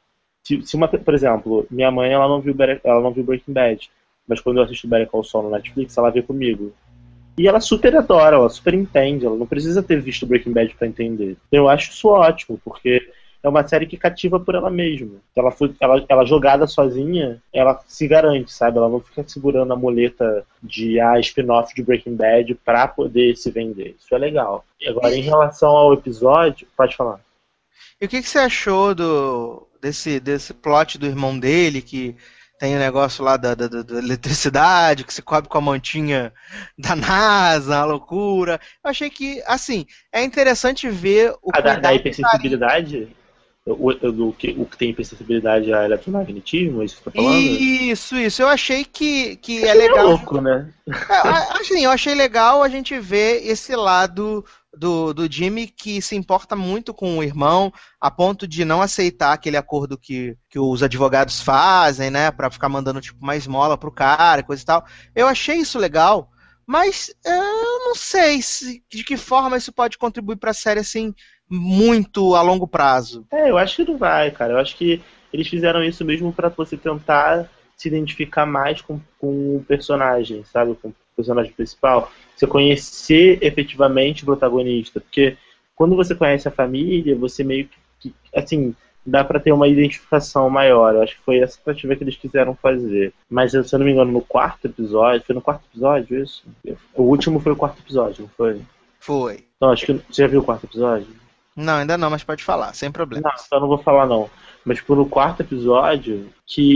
Se, se uma, por exemplo, minha mãe, ela não viu, Better- ela não viu Breaking Bad, mas quando eu assisto Better Call Saul no Netflix, ela vê comigo. E ela super adora, ela super entende, ela não precisa ter visto Breaking Bad pra entender. Eu acho isso ótimo, porque é uma série que cativa por ela mesma. Ela, foi, ela, ela jogada sozinha, ela se garante, sabe? Ela não fica segurando a muleta de ah, spin-off de Breaking Bad pra poder se vender. Isso é legal. E agora, em relação ao episódio, pode falar. E o que, que você achou do, desse, desse plot do irmão dele, que tem o negócio lá da, da, da eletricidade, que se cobre com a mantinha da NASA, a loucura. Eu achei que, assim, é interessante ver o A da, cuidado da do hipersensibilidade? O, o, o, que, o que tem hipersensibilidade a eletromagnetismo, é isso que você tá falando? Isso, isso. Eu achei que, que é Acho meio legal. louco, né? É, a- assim, eu achei legal a gente ver esse lado do, do Jimmy que se importa muito com o irmão, a ponto de não aceitar aquele acordo que, que os advogados fazem, né, pra ficar mandando tipo uma esmola pro cara, coisa e tal. Eu achei isso legal, mas é, eu não sei se, de que forma isso pode contribuir pra série assim muito a longo prazo. É, eu acho que não vai, cara. Eu acho que eles fizeram isso mesmo pra você tentar se identificar mais com, com o personagem, sabe? Com o personagem principal. Você conhecer efetivamente o protagonista. Porque quando você conhece a família, você meio que, que assim, dá pra ter uma identificação maior. Eu acho que foi essa tentativa que eles quiseram fazer. Mas, se eu não me engano, no quarto episódio... Foi no quarto episódio isso? O último foi o quarto episódio, não foi? Foi. Não, acho que... Você já viu o quarto episódio? Não, ainda não, mas pode falar, sem problema. Não, então eu não vou falar não. Mas tipo, no quarto episódio,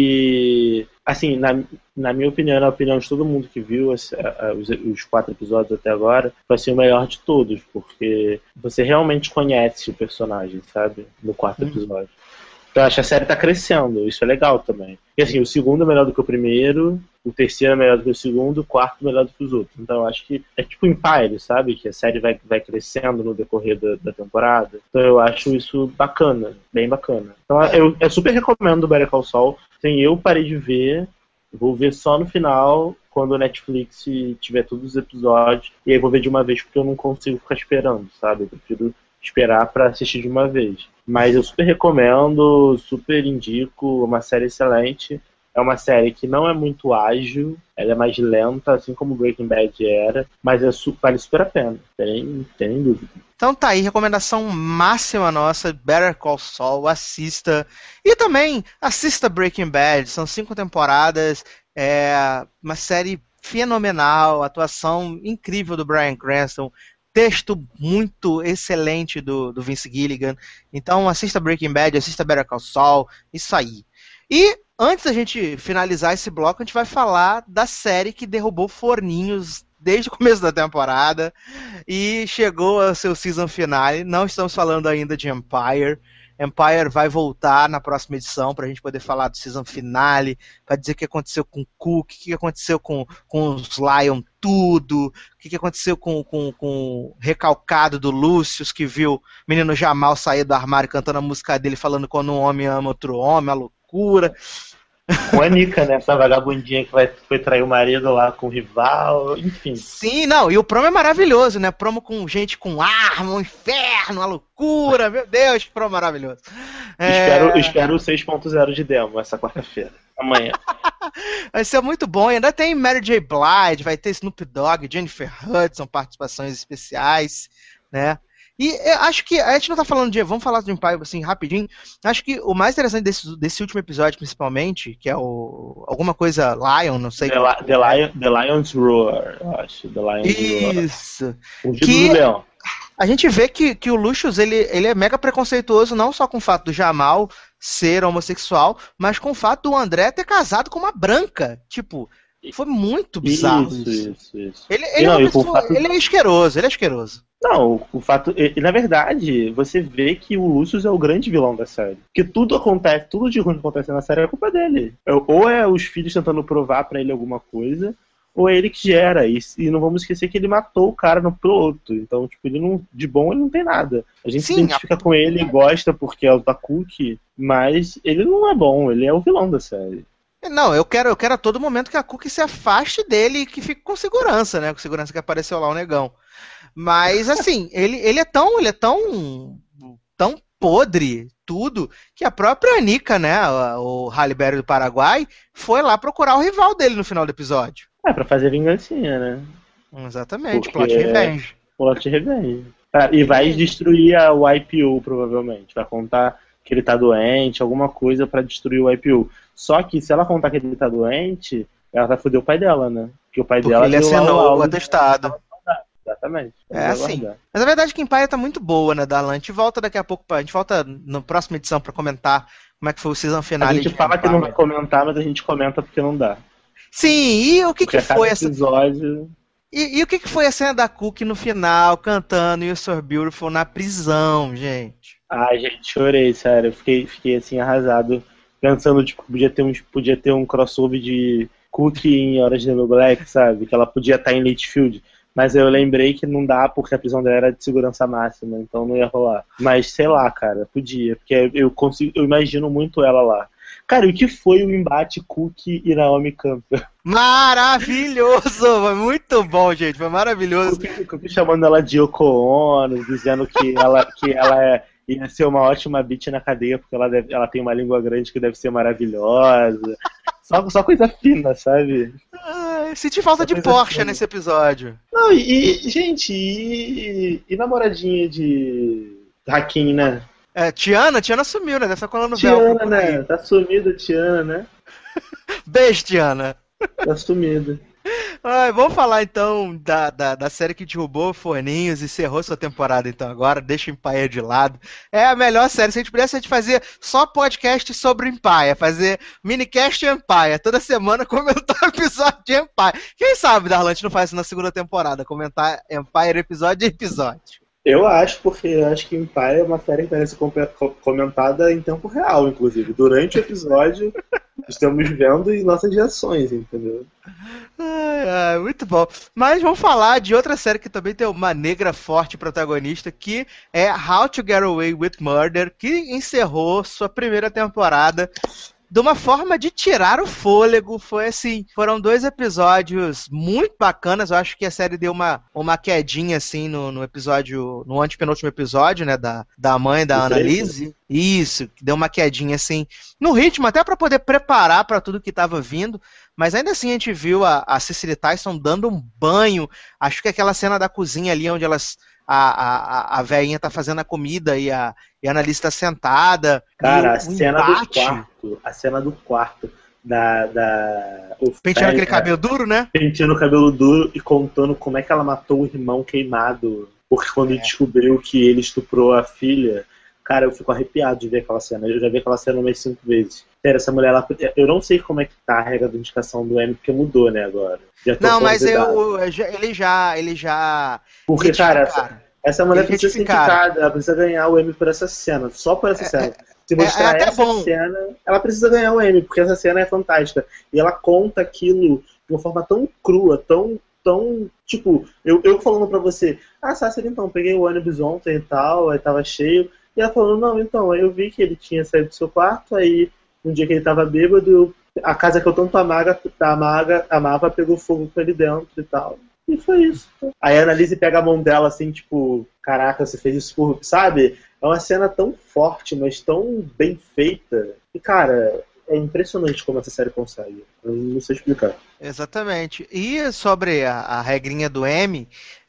que... Assim, na, na minha opinião, na opinião de todo mundo que viu esse, a, os, os quatro episódios até agora, vai ser o melhor de todos, porque você realmente conhece o personagem, sabe? No quarto episódio. Então eu acho que a série tá crescendo, isso é legal também. E assim, o segundo é melhor do que o primeiro, o terceiro é melhor do que o segundo, o quarto é melhor do que os outros. Então eu acho que é tipo Empire, sabe? Que a série vai, vai crescendo no decorrer da, da temporada. Então eu acho isso bacana, bem bacana. Então eu, eu super recomendo o Better Call Saul. Assim, eu parei de ver, vou ver só no final, quando o Netflix tiver todos os episódios, e aí vou ver de uma vez porque eu não consigo ficar esperando, sabe? Eu prefiro esperar pra assistir de uma vez. Mas eu super recomendo, super indico, uma série excelente. É uma série que não é muito ágil, ela é mais lenta, assim como Breaking Bad era, mas é su- vale super a pena, tem, tem dúvida. Então tá aí, recomendação máxima nossa, Better Call Saul, assista. E também assista Breaking Bad, são cinco temporadas, é uma série fenomenal, atuação incrível do Bryan Cranston, texto muito excelente do, do Vince Gilligan. Então assista Breaking Bad, assista Better Call Saul, isso aí. E antes da gente finalizar esse bloco, a gente vai falar da série que derrubou forninhos desde o começo da temporada e chegou ao seu season finale. Não estamos falando ainda de Empire. Empire vai voltar na próxima edição para a gente poder falar do season finale, para dizer o que aconteceu com o Cook, o que aconteceu com, com os Lion tudo, o que aconteceu com, com, com o recalcado do Lucius, que viu o menino Jamal sair do armário cantando a música dele, falando quando um homem ama outro homem, a loucura. Com a Nika, né? Essa vagabundinha que vai, foi trair o marido lá com o rival, enfim. Sim, não, e o promo é maravilhoso, né? Promo com gente com arma, um inferno, uma loucura, meu Deus, que promo maravilhoso. É... Espero, espero o seis ponto zero de demo essa quarta-feira, amanhã. Vai ser muito bom, e ainda tem Mary J. Blige, vai ter Snoop Dogg, Jennifer Hudson, participações especiais, né? E eu acho que, a gente não tá falando de, vamos falar do Empire assim, rapidinho, acho que o mais interessante desse, desse último episódio, principalmente, que é o, alguma coisa Lion, não sei. The, Li- The, Lion, The Lion's Roar, eu acho, The Lion's Roar. Isso. O Que- do leão. A gente vê que, que o Lucius, ele, ele é mega preconceituoso, não só com o fato do Jamal ser homossexual, mas com o fato do André ter casado com uma branca. Tipo, foi muito bizarro isso. Isso, isso, isso. Ele, ele, Não, é uma e com o pessoa- fato- ele é asqueroso, ele é asqueroso. Não, o, o fato. E, e, na verdade, você vê que o Lucius é o grande vilão da série. Porque tudo acontece, tudo de ruim que acontece na série é culpa dele. É- Ou é os filhos tentando provar pra ele alguma coisa, ou é ele que gera. E, e não vamos esquecer que ele matou o cara no piloto. Então, tipo, ele não, de bom ele não tem nada. A gente Sim, se identifica com ele, gosta porque é o da Cookie, mas ele não é bom, ele é o vilão da série. Não, eu quero, eu quero a todo momento que a Cookie se afaste dele e que fique com segurança, né? Com segurança que apareceu lá o negão. Mas, assim, ele, ele é tão, ele é tão, tão podre, tudo que a própria Anica, né, o Halle Berry do Paraguai, foi lá procurar o rival dele no final do episódio. É, pra fazer vingancinha, né? Exatamente, Porque plot revenge. Plot revenge. Ah, e vai destruir a, o I P O, provavelmente. Vai contar que ele tá doente, alguma coisa pra destruir o I P O. Só que se ela contar que ele tá doente, ela vai foder o pai dela, né? Porque o pai Porque dela ele deu lá assinou o laudo. atestado. Exatamente. É assim. Mas a verdade é que Empire tá muito boa, né, Darlan? A gente volta daqui a pouco, pra, a gente volta na próxima edição pra comentar como é que foi o season A finale. gente de fala que Empire. não vai comentar, mas a gente comenta porque não dá. Sim, e o que, Porque que a cada foi essa. episódio... E, e o que, que foi a cena da Cookie no final, cantando You're So Beautiful na prisão, gente? Ai, gente, chorei, sério. Eu fiquei, fiquei assim, arrasado. Pensando, tipo, podia ter um, podia ter um crossover de Cookie em Orange is the New Black, sabe? Que ela podia estar em Litchfield. Mas eu lembrei que não dá porque a prisão dela era de segurança máxima, então não ia rolar. Mas sei lá, cara, podia. Porque eu, consigo, eu imagino muito ela lá. Cara, e o que foi o embate Cookie e Naomi Campbell? Maravilhoso! Foi muito bom, gente. Foi maravilhoso. Cookie, Cookie chamando ela de Yoko Ono, dizendo que ela, que ela é, ia ser uma ótima bitch na cadeia porque ela, deve, ela tem uma língua grande que deve ser maravilhosa. Só, só coisa fina, sabe? Ah, senti falta Só de coisa Porsche fina. nesse episódio. Não, e, e, gente, e, e namoradinha de Hakim, né? É, Tiana, Tiana sumiu, né? Deve estar colando velcro Tiana, por né? aí. Tá sumida, Tiana, né? Beijo, Tiana. Tá sumida. Ai, vamos falar então da, da, da série que derrubou Forninhos e encerrou sua temporada então agora, deixa o Empire de lado. É a melhor série, se a gente pudesse a gente fazer só podcast sobre Empire, fazer minicast Empire, toda semana comentar episódio de Empire. Quem sabe, Darlan, a gente não faz isso na segunda temporada, comentar Empire episódio a episódio. Eu acho, porque eu acho que Empire é uma série que deve ser compe- co- comentada em tempo real, inclusive. Durante o episódio, estamos vendo em nossas reações, entendeu? Ai, ai, muito bom. Mas vamos falar de outra série que também tem uma negra forte protagonista, que é How to Get Away with Murder, que encerrou sua primeira temporada de uma forma de tirar o fôlego. Foi assim, foram dois episódios muito bacanas. Eu acho que a série deu uma, uma quedinha assim no, no episódio, no antepenúltimo episódio, né, da, da mãe da Do Annalise. Isso, que deu uma quedinha assim no ritmo, até para poder preparar para tudo que estava vindo. Mas ainda assim a gente viu a, a Cicely Tyson dando um banho. Acho que aquela cena da cozinha ali onde elas a, a, a velhinha tá fazendo a comida e a, e a Annalise tá sentada. Cara, E a o cena embate, do quarto, a cena do quarto, da... da o penteando aquele Fred, cabelo duro, né? penteando o cabelo duro e contando como é que ela matou o irmão queimado, porque quando É. descobriu que ele estuprou a filha, cara, eu fico arrepiado de ver aquela cena. Eu já vi aquela cena umas cinco vezes. Sério, essa mulher, ela, eu não sei como é que tá a regra de indicação do Emmy, porque mudou, né, agora. Já tô Não, mas convidado. eu, eu já- ele já. Ele já. Porque, cara, retificaram. essa, essa mulher Eles precisa ser retificaram. indicada, ela precisa ganhar o Emmy por essa cena, só por essa cena. Se é mostrar até essa bom. cena, ela precisa ganhar o Emmy, porque essa cena é fantástica. E ela conta aquilo de uma forma tão crua, tão, tão, tipo, eu, eu falando pra você, ah, Sácer, então, peguei o ônibus ontem e tal, aí tava cheio, e ela falando, não, então, aí eu vi que ele tinha saído do seu quarto, aí um dia que ele tava bêbado, eu- a casa que eu tanto amava, amava, amava pegou fogo com ele dentro e tal. E foi isso. Aí a Annalise pega a mão dela assim, tipo, caraca, você fez isso por... Sabe? É uma cena tão forte, mas tão bem feita. E, cara, é impressionante como essa série consegue. Eu não sei explicar. Exatamente. E sobre a, a regrinha do Emmy,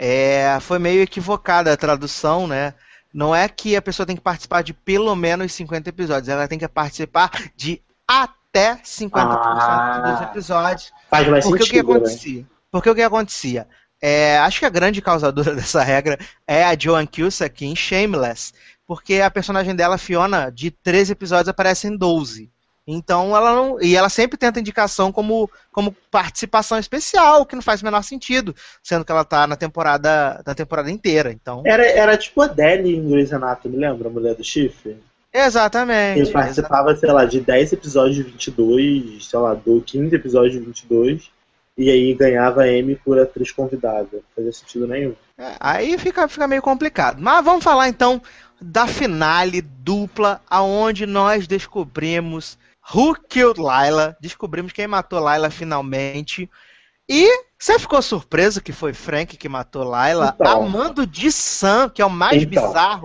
é, foi meio equivocada a tradução, né? Não é que a pessoa tem que participar de pelo menos cinquenta episódios, ela tem que participar de até cinquenta por cento Ah. dos episódios. Faz mais Porque o que sentido, né? acontecia? Porque o que acontecia? É, acho que a grande causadora dessa regra é a Joan Cusack em Shameless, porque a personagem dela, Fiona, de treze episódios aparece em doze. Então ela não. E ela sempre tenta indicação como, como participação especial, o que não faz o menor sentido, sendo que ela tá na temporada, na temporada inteira. Então. Era, era tipo a Deli em Grey's Anatomy, lembra? A mulher do chifre? Exatamente. Ele participava, sei lá, de dez episódios de vinte e dois, sei lá, do quinze episódios de vinte e dois, e aí ganhava Emmy por atriz convidada. Não fazia sentido nenhum. É, aí fica, fica meio complicado. Mas vamos falar então da finale dupla, aonde nós descobrimos Who Killed Lila, descobrimos quem matou Lila finalmente. E você ficou surpreso que foi Frank que matou Lila? Então. Amando de Sam, que é o mais Então. bizarro.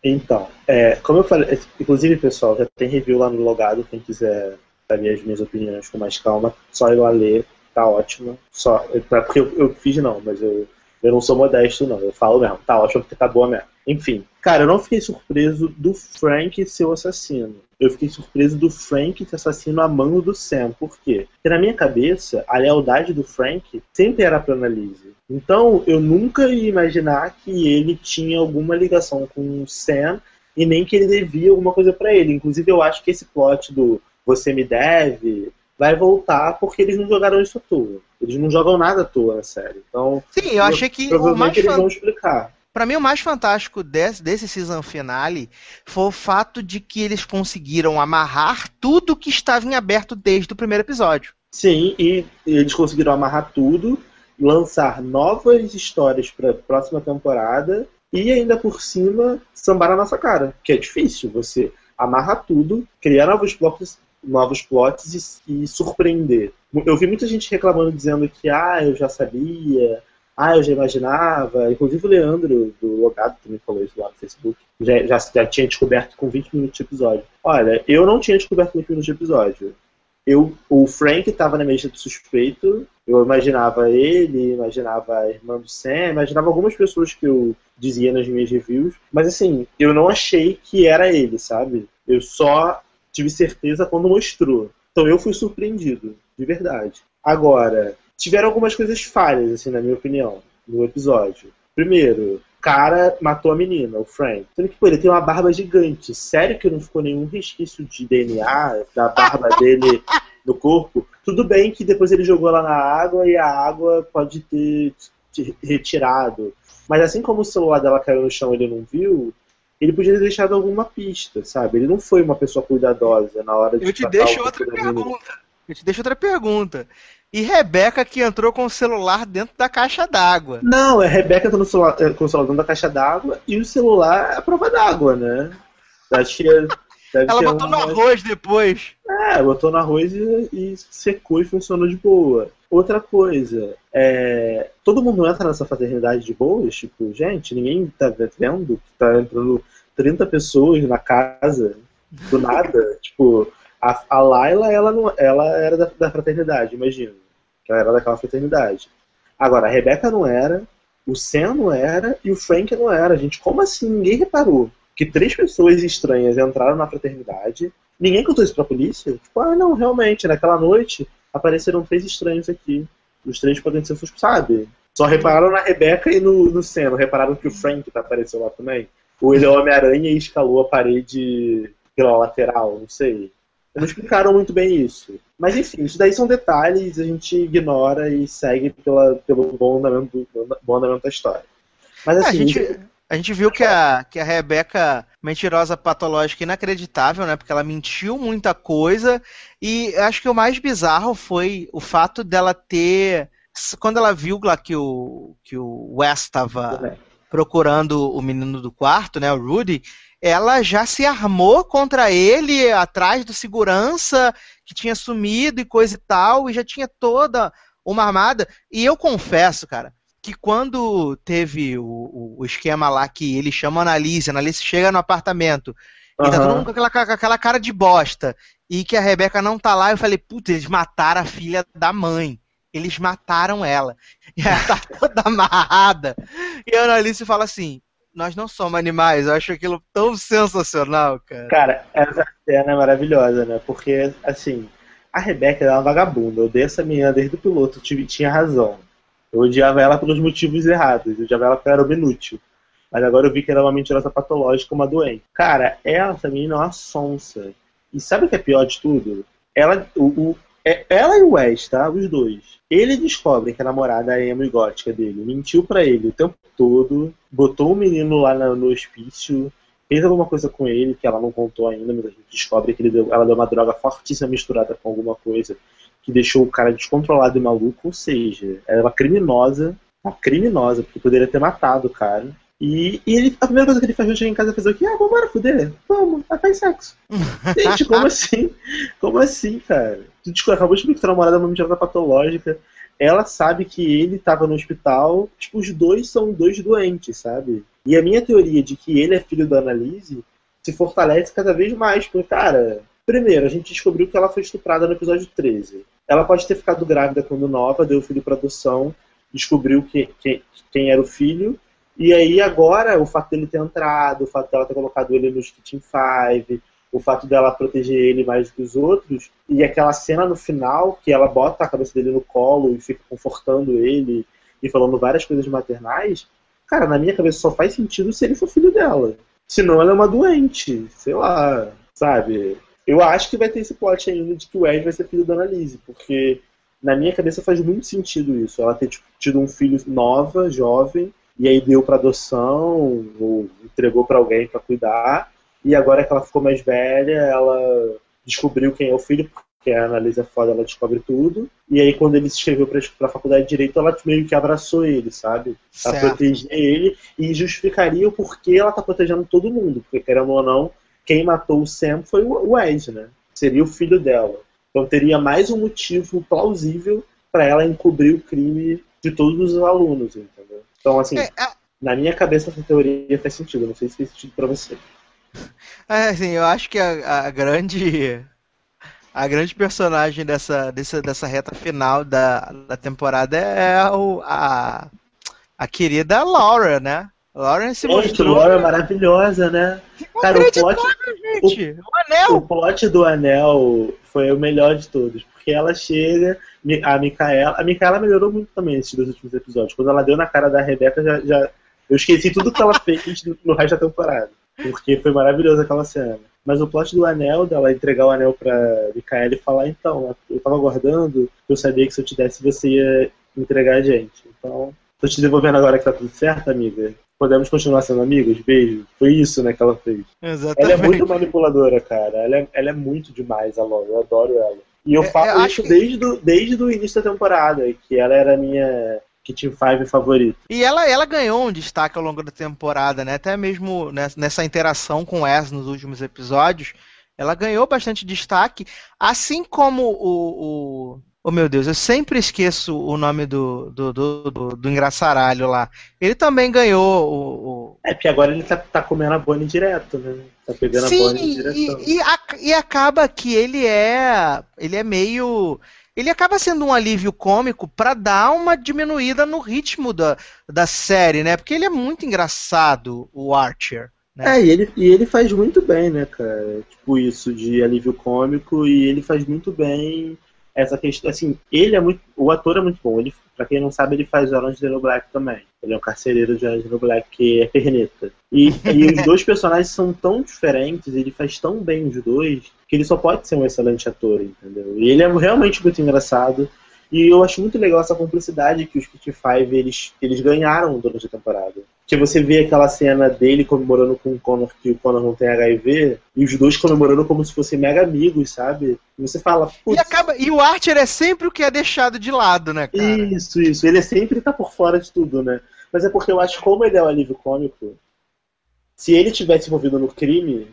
Então, é, como eu falei, inclusive, pessoal, já tem review lá no Logado, quem quiser saber as minhas opiniões com mais calma, só ir lá ler, tá ótimo. Só, não é porque eu, eu fiz não, mas eu, eu não sou modesto não, eu falo mesmo, tá ótimo porque tá boa mesmo. Enfim, cara, eu não fiquei surpreso do Frank ser o assassino. Eu fiquei surpreso do Frank ser assassino a mão do Sam. Por quê? Porque na minha cabeça, a lealdade do Frank sempre era pra Annalise. Então, eu nunca ia imaginar que ele tinha alguma ligação com o Sam e nem que ele devia alguma coisa pra ele. Inclusive, eu acho que esse plot do você me deve vai voltar porque eles não jogaram isso à toa. Eles não jogam nada à toa na série. Então, Sim, eu achei que o provavelmente mais eles fan- vão explicar. Pra mim, o mais fantástico desse, desse season finale foi o fato de que eles conseguiram amarrar tudo que estava em aberto desde o primeiro episódio. Sim, e eles conseguiram amarrar tudo, lançar novas histórias para a próxima temporada e ainda por cima sambar na nossa cara, que é difícil você amarrar tudo, criar novos plots, novos plots e, e surpreender. Eu vi muita gente reclamando dizendo que ah, eu já sabia, ah, eu já imaginava, inclusive o Leandro do Logado também falou isso lá no Facebook, já, já, já tinha descoberto com vinte minutos de episódio. Olha, eu não tinha descoberto com vinte minutos de episódio. Eu, o Frank estava na minha lista de suspeito, eu imaginava ele, imaginava a irmã do Sam, imaginava algumas pessoas que eu dizia nas minhas reviews, mas assim, eu não achei que era ele, sabe? Eu só tive certeza quando mostrou. Então eu fui surpreendido, de verdade. Agora, tiveram algumas coisas falhas, assim, na minha opinião, no episódio. Primeiro, o cara matou a menina, o Frank. Sendo que, pô, ele tem uma barba gigante. Sério que não ficou nenhum resquício de D N A da barba dele no corpo? Tudo bem que depois ele jogou ela na água e a água pode ter te retirado. Mas assim como o celular dela caiu no chão e ele não viu, ele podia ter deixado alguma pista, sabe? Ele não foi uma pessoa cuidadosa na hora de Eu te tratar deixo o outra corpo da menina. pergunta. Eu te deixo outra pergunta. E Rebeca que entrou com o celular dentro da caixa d'água? Não, a Rebeca tá no celular, com o celular dentro da caixa d'água e o celular é a prova d'água, né? Acho que deve Ela ter botou um no arroz depois. É, botou no arroz e, e secou e funcionou de boa. Outra coisa, é, todo mundo entra nessa fraternidade de boas? Tipo, gente, ninguém tá vendo que tá entrando trinta pessoas na casa do nada? Tipo, a, a Layla, ela, não, ela era da, da fraternidade, imagina. Ela era daquela fraternidade. Agora, a Rebeca não era, o Sam não era e o Frank não era. Gente, como assim? Ninguém reparou que três pessoas estranhas entraram na fraternidade. Ninguém contou isso pra polícia? Tipo, ah, não, realmente, naquela noite apareceram três estranhos aqui. Os três podem ser suspeitados, sabe? Só repararam na Rebeca e no, no Sam. Não repararam que o Frank tá apareceu lá também? Ou ele é o Homem-Aranha e escalou a parede pela lateral, não sei. Não explicaram muito bem isso. Mas enfim, isso daí são detalhes, a gente ignora e segue pela, pelo bom andamento, bom andamento da história. Mas É, assim, a gente, a gente viu que a, que a Rebeca, mentirosa patológica, inacreditável, né? Porque ela mentiu muita coisa. E acho que o mais bizarro foi o fato dela ter... Quando ela viu lá que o, que o Wes estava procurando o menino do quarto, né? O Rudy... ela já se armou contra ele, atrás do segurança, que tinha sumido e coisa e tal, e já tinha toda uma armada. E eu confesso, cara, que quando teve o, o esquema lá que ele chama a Annalise, a Annalise chega no apartamento, e tá Aham. todo mundo com aquela, com aquela cara de bosta, e que a Rebeca não tá lá, eu falei, putz, eles mataram a filha da mãe. Eles mataram ela. E ela tá toda amarrada. E a Annalise fala assim, nós não somos animais, eu acho aquilo tão sensacional, cara. Cara, essa cena é maravilhosa, né? Porque, assim, a Rebeca era uma vagabunda. Eu odeio essa menina desde o piloto, tive, tinha razão. Eu odiava ela pelos motivos errados. Eu odiava ela porque ela era uma inútil. Mas agora eu vi que ela é uma mentirosa patológica, uma doente. Cara, ela, essa menina é uma sonsa. E sabe o que é pior de tudo? Ela, o, o, é, ela e o Wes, tá? Os dois. Ele descobre que a namorada é emo e gótica dele. Mentiu pra ele o tempo todo. Botou o menino lá no, no hospício. Fez alguma coisa com ele que ela não contou ainda, mas a gente descobre que ele deu, ela deu uma droga fortíssima misturada com alguma coisa que deixou o cara descontrolado e maluco. Ou seja, ela é uma criminosa. Uma criminosa, porque poderia ter matado o cara. E, e ele, a primeira coisa que ele faz quando chega em casa é fazer o quê? Ah, vamos embora, fuder. Vamos, ah, faz sexo. Gente, como assim? Como assim, cara? Tu descobriu, acabou de explicar que a namorada é uma mentirosa patológica. Ela sabe que ele tava no hospital. Tipo, os dois são dois doentes, sabe? E a minha teoria de que ele é filho da Annalise se fortalece cada vez mais, porque, cara, primeiro, a gente descobriu que ela foi estuprada no episódio treze. Ela pode ter ficado grávida quando nova, deu o filho para adoção, descobriu que, que, quem era o filho, e aí agora o fato dele ter entrado, o fato dela ter colocado ele nos Kitchen Five, o fato dela proteger ele mais do que os outros, e aquela cena no final que ela bota a cabeça dele no colo e fica confortando ele e falando várias coisas maternais, cara, na minha cabeça só faz sentido se ele for filho dela. Senão ela é uma doente, sei lá, sabe? Eu acho que vai ter esse plot ainda de que o Wes vai ser filho da Annalise, porque na minha cabeça faz muito sentido isso. Ela ter tipo, tido um filho nova, jovem, e aí deu pra adoção, ou entregou pra alguém pra cuidar, e agora que ela ficou mais velha, ela descobriu quem é o filho, porque a Annalise é foda, ela descobre tudo, e aí quando ele se inscreveu pra, pra faculdade de Direito, ela meio que abraçou ele, sabe? Ela protegia ele, e justificaria o porquê ela tá protegendo todo mundo, porque querendo ou não, quem matou o Sam foi o Wes, né? Seria o filho dela. Então teria mais um motivo plausível para ela encobrir o crime de todos os alunos, entendeu? Então, assim, é, é... na minha cabeça essa teoria faz sentido. Não sei se faz sentido para você. É, assim, eu acho que a, a grande a grande personagem dessa, dessa, dessa reta final da, da temporada é o, a, a querida Laura, né? Laura se mostrou... Laura é maravilhosa, né? Cara, o plot, gente. O, o anel! O plot do anel foi o melhor de todos, porque ela chega, a Micaela, a Micaela melhorou muito também nesses dois últimos episódios. Quando ela deu na cara da Rebeca, já, já eu esqueci tudo que ela fez no resto da temporada, porque foi maravilhosa aquela cena. Mas o plot do anel, dela entregar o anel pra Micaela e falar, então, eu tava aguardando, eu sabia que se eu te desse você ia entregar a gente. Então, tô te devolvendo agora que tá tudo certo, amiga. Podemos continuar sendo amigos? Beijo. Foi isso, né, que ela fez. Exatamente. Ela é muito manipuladora, cara. Ela é, ela é muito demais, a Laura. Eu adoro ela. E eu é, falo eu isso que... desde, do, desde o início da temporada, que ela era a minha Kitchen Five favorita. E ela, ela ganhou um destaque ao longo da temporada, né? Até mesmo nessa interação com o Wes nos últimos episódios. Ela ganhou bastante destaque, assim como o... o... Oh, meu Deus, eu sempre esqueço o nome do, do, do, do, do engraçaralho lá. Ele também ganhou o... o... É, porque agora ele tá, tá comendo a Bonnie direto, né? Tá pegando Sim, a Bonnie direto. E, e, a, e acaba que ele é... Ele é meio... Ele acaba sendo um alívio cômico pra dar uma diminuída no ritmo da, da série, né? Porque ele é muito engraçado, o Archer. Né? É, e ele, e ele faz muito bem, né, cara? Tipo, isso de alívio cômico, e ele faz muito bem... Essa questão, assim, ele é muito, o ator é muito bom. Ele, pra quem não sabe, ele faz Orange is the New Black também. Ele é um carcereiro de Orange is the New Black que é perneta. E, e os dois personagens são tão diferentes, ele faz tão bem os dois, que ele só pode ser um excelente ator, entendeu? E ele é realmente muito engraçado. E eu acho muito legal essa cumplicidade que os Kitchen Five, eles, eles ganharam durante a temporada. Que você vê aquela cena dele comemorando com o Connor, que o Connor não tem H I V, e os dois comemorando como se fossem mega amigos, sabe? E você fala... E, acaba, e o Archer é sempre o que é deixado de lado, né, cara? Isso, isso. Ele é sempre tá por fora de tudo, né? Mas é porque eu acho que como ele é um alívio cômico, se ele tivesse envolvido no crime,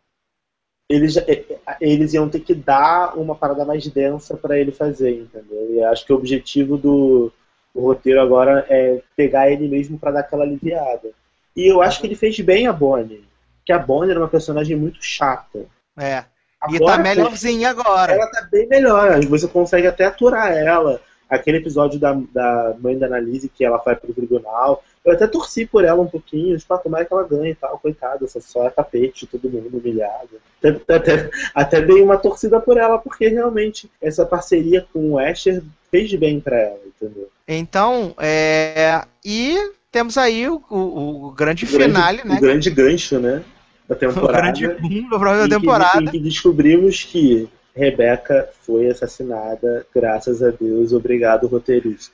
eles, eles iam ter que dar uma parada mais densa pra ele fazer, entendeu? E acho que o objetivo do... O roteiro agora é pegar ele mesmo pra dar aquela aliviada. E eu acho que ele fez bem a Bonnie. Que a Bonnie era uma personagem muito chata. É. Agora, e tá melhorzinha agora. Ela tá bem melhor. Você consegue até aturar ela. Aquele episódio da, da mãe da Annalise, que ela vai pro tribunal. Eu até torci por ela um pouquinho. Tipo, tomara que ela ganhe e tal. Coitada, essa só é tapete, todo mundo humilhado. Até, até, até dei uma torcida por ela, porque realmente essa parceria com o Asher fez bem pra ela, entendeu? Então, é... e temos aí o, o, o grande o grande, finale, né? O grande gancho, né? Da temporada. O grande boom da próxima temporada. Em que descobrimos que Rebeca foi assassinada, graças a Deus, obrigado, roteirista.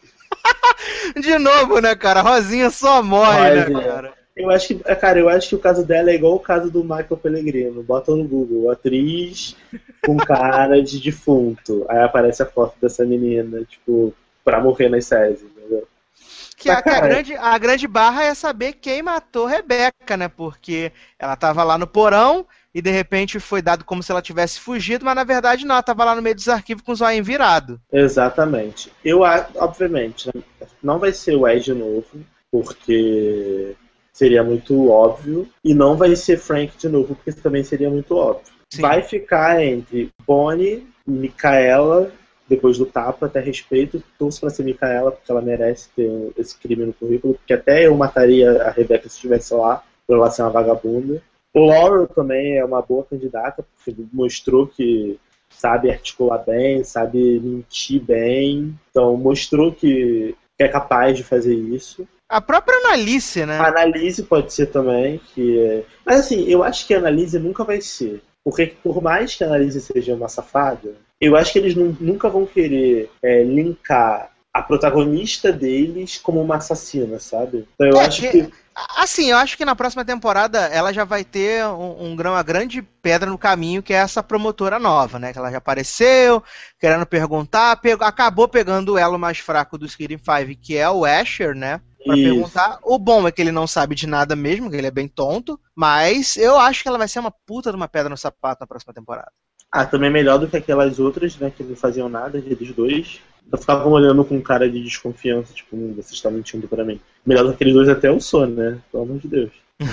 De novo, né, cara? Rosinha só morre, Mas, né, é. cara? Eu acho que, cara, eu acho que o caso dela é igual o caso do Michael Pellegrino. Bota no Google, atriz com cara de defunto. Aí aparece a foto dessa menina, tipo, pra morrer nas séries, entendeu? Que, a, que a, grande, a grande barra é saber quem matou Rebeca, né? Porque ela tava lá no porão e de repente foi dado como se ela tivesse fugido, mas na verdade não, ela tava lá no meio dos arquivos com o zóio virado. Exatamente. Eu, obviamente, não vai ser o Wes de novo, porque seria muito óbvio. E não vai ser Frank de novo, porque também seria muito óbvio. Sim. Vai ficar entre Bonnie, Micaela, depois do tapa, até respeito, torço pra ser Micaela, porque ela merece ter esse crime no currículo, porque até eu mataria a Rebecca se estivesse lá, por ela ser uma vagabunda. Laurel também é uma boa candidata, porque mostrou que sabe articular bem, sabe mentir bem, então mostrou que é capaz de fazer isso. A própria Annalise, né? A Annalise pode ser também, que é... Mas assim, eu acho que a Annalise nunca vai ser. Porque por mais que a Annalise seja uma safada, eu acho que eles nu- nunca vão querer é, linkar a protagonista deles como uma assassina, sabe? Então eu é, acho que, que... Assim, eu acho que na próxima temporada ela já vai ter um, um, uma grande pedra no caminho, que é essa promotora nova, né? Que ela já apareceu, querendo perguntar, pegou, acabou pegando o elo mais fraco do Scream Five, que é o Asher, né? Pra Isso. perguntar. O bom é que ele não sabe de nada mesmo, que ele é bem tonto, mas eu acho que ela vai ser uma puta de uma pedra no sapato na próxima temporada. Ah, também é melhor do que aquelas outras, né, que não faziam nada, eles dois. Eu ficava olhando com cara de desconfiança, tipo, hum, vocês estão mentindo pra mim. Melhor do que aqueles dois até eu sou, né? Pelo amor de Deus.